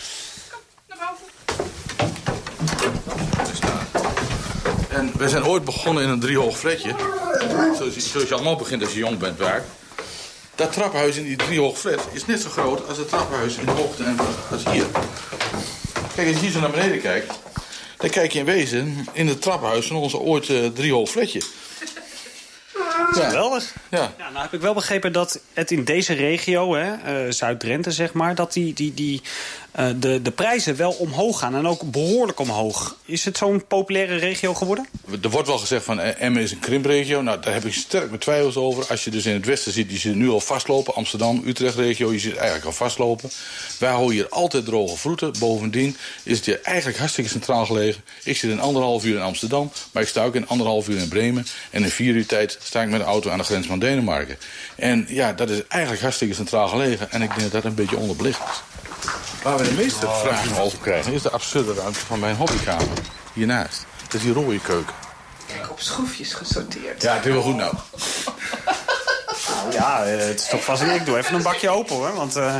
En we zijn ooit begonnen in een driehoog flatje. Zoals je, zoals je allemaal begint als je jong bent waar. Dat trappenhuis in die driehoog flat is net zo groot als het trappenhuis in de hoogte en als hier. Kijk, als je hier zo naar beneden kijkt, dan kijk je in wezen in het trappenhuis van onze ooit uh, driehoog flatje. Ja. Geweldig. Ja. Ja, nou heb ik wel begrepen dat het in deze regio, hè, uh, Zuid-Drenthe zeg maar, dat die, die, die, uh, de, de prijzen wel omhoog gaan en ook behoorlijk omhoog. Is het zo'n populaire regio geworden? Er wordt wel gezegd van uh, Emmen is een krimpregio. Nou, daar heb ik sterk mijn twijfels over. Als je dus in het westen ziet, die zitten nu al vastlopen. Amsterdam, Utrecht-regio, je ziet eigenlijk al vastlopen. Wij houden hier altijd droge vroeten. Bovendien is het hier eigenlijk hartstikke centraal gelegen. Ik zit in anderhalf uur in Amsterdam, maar ik sta ook in anderhalf uur in Bremen. En in vier uur tijd sta ik met de auto aan de grens van Denemarken. En ja, dat is eigenlijk hartstikke centraal gelegen. En ik denk dat dat een beetje onderbelicht is. Waar we de meeste oh, vragen over krijgen is de absurde ruimte van mijn hobbykamer. Hiernaast. Dat is die rode keuken. Kijk, op schroefjes gesorteerd. Ja, het is wel goed nou. Nou ja, het is toch vast. Ik doe even een bakje open hoor, want... Uh...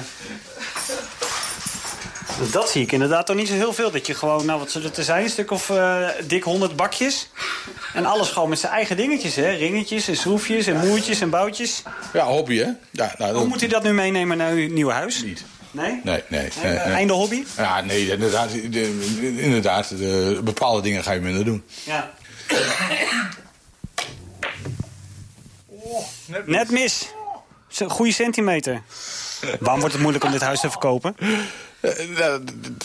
Dat zie ik inderdaad toch niet zo heel veel. Dat je gewoon, nou wat zullen het er zijn, een stuk of uh, dik honderd bakjes. En alles gewoon met zijn eigen dingetjes, hè. Ringetjes en schroefjes en moertjes en boutjes. Ja, hobby, hè. Ja, nou, Hoe moet u dat nu meenemen naar uw nieuwe huis? Niet. Nee? Nee, nee. nee, nee. nee. Einde hobby? Ja, nee, inderdaad. De, inderdaad de, bepaalde dingen ga je minder doen. Ja. Oh, net, net mis. Zo'n goede centimeter. Waarom wordt het moeilijk om dit huis te verkopen? Uh,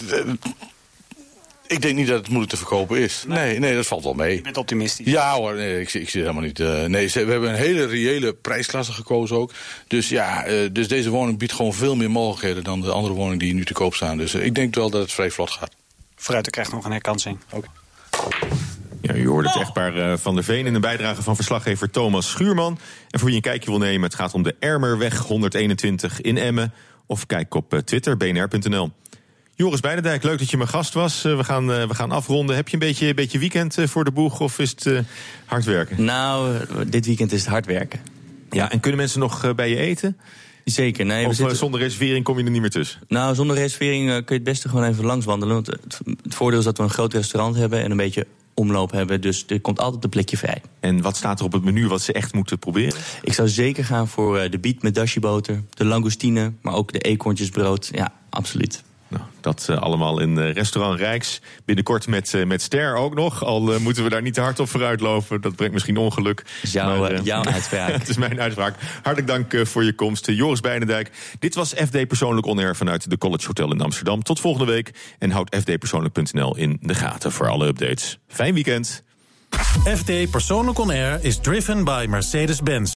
ik denk niet dat het moeilijk te verkopen is. Nee, nee, nee dat valt wel mee. Je bent optimistisch. Ja hoor, nee, ik, ik zit helemaal niet... Uh, nee, we hebben een hele reële prijsklasse gekozen ook. Dus ja, uh, dus deze woning biedt gewoon veel meer mogelijkheden dan de andere woningen die nu te koop staan. Dus uh, ik denk wel dat het vrij vlot gaat. Vooruit, ik krijg nog een herkansing. Oké. Ja, u hoorde het echtpaar uh, Van der Veen in een bijdrage van verslaggever Thomas Schuurman. En voor wie een kijkje wil nemen, het gaat om de Ermerweg honderdeenentwintig in Emmen. Of kijk op uh, Twitter, b n r punt n l. Joris Beijnendijk, leuk dat je mijn gast was. Uh, we, gaan, uh, we gaan afronden. Heb je een beetje, een beetje weekend uh, voor de boeg of is het uh, hard werken? Nou, dit weekend is het hard werken. Ja, en kunnen mensen nog uh, bij je eten? Zeker. Nee, of we zitten... zonder reservering kom je er niet meer tussen? Nou, zonder reservering uh, kun je het beste gewoon even langs wandelen. Want het, het voordeel is dat we een groot restaurant hebben en een beetje omloop hebben. Dus er komt altijd een plekje vrij. En wat staat er op het menu wat ze echt moeten proberen? Ik zou zeker gaan voor uh, de biet met dashi-boter, de langoustine, maar ook de eekhoorntjesbrood. Ja, absoluut. Nou, dat uh, allemaal in uh, restaurant Rijks. Binnenkort met, uh, met Ster ook nog. Al uh, moeten we daar niet te hard op vooruit lopen. Dat brengt misschien ongeluk. Dat is jouw, maar, uh, jouw uitspraak. Het is mijn uitspraak. Hartelijk dank uh, voor je komst. Uh, Joris Beijnendijk. Dit was F D Persoonlijk On Air vanuit de College Hotel in Amsterdam. Tot volgende week. En houd f d persoonlijk punt n l in de gaten voor alle updates. Fijn weekend. F D Persoonlijk On Air is driven by Mercedes-Benz.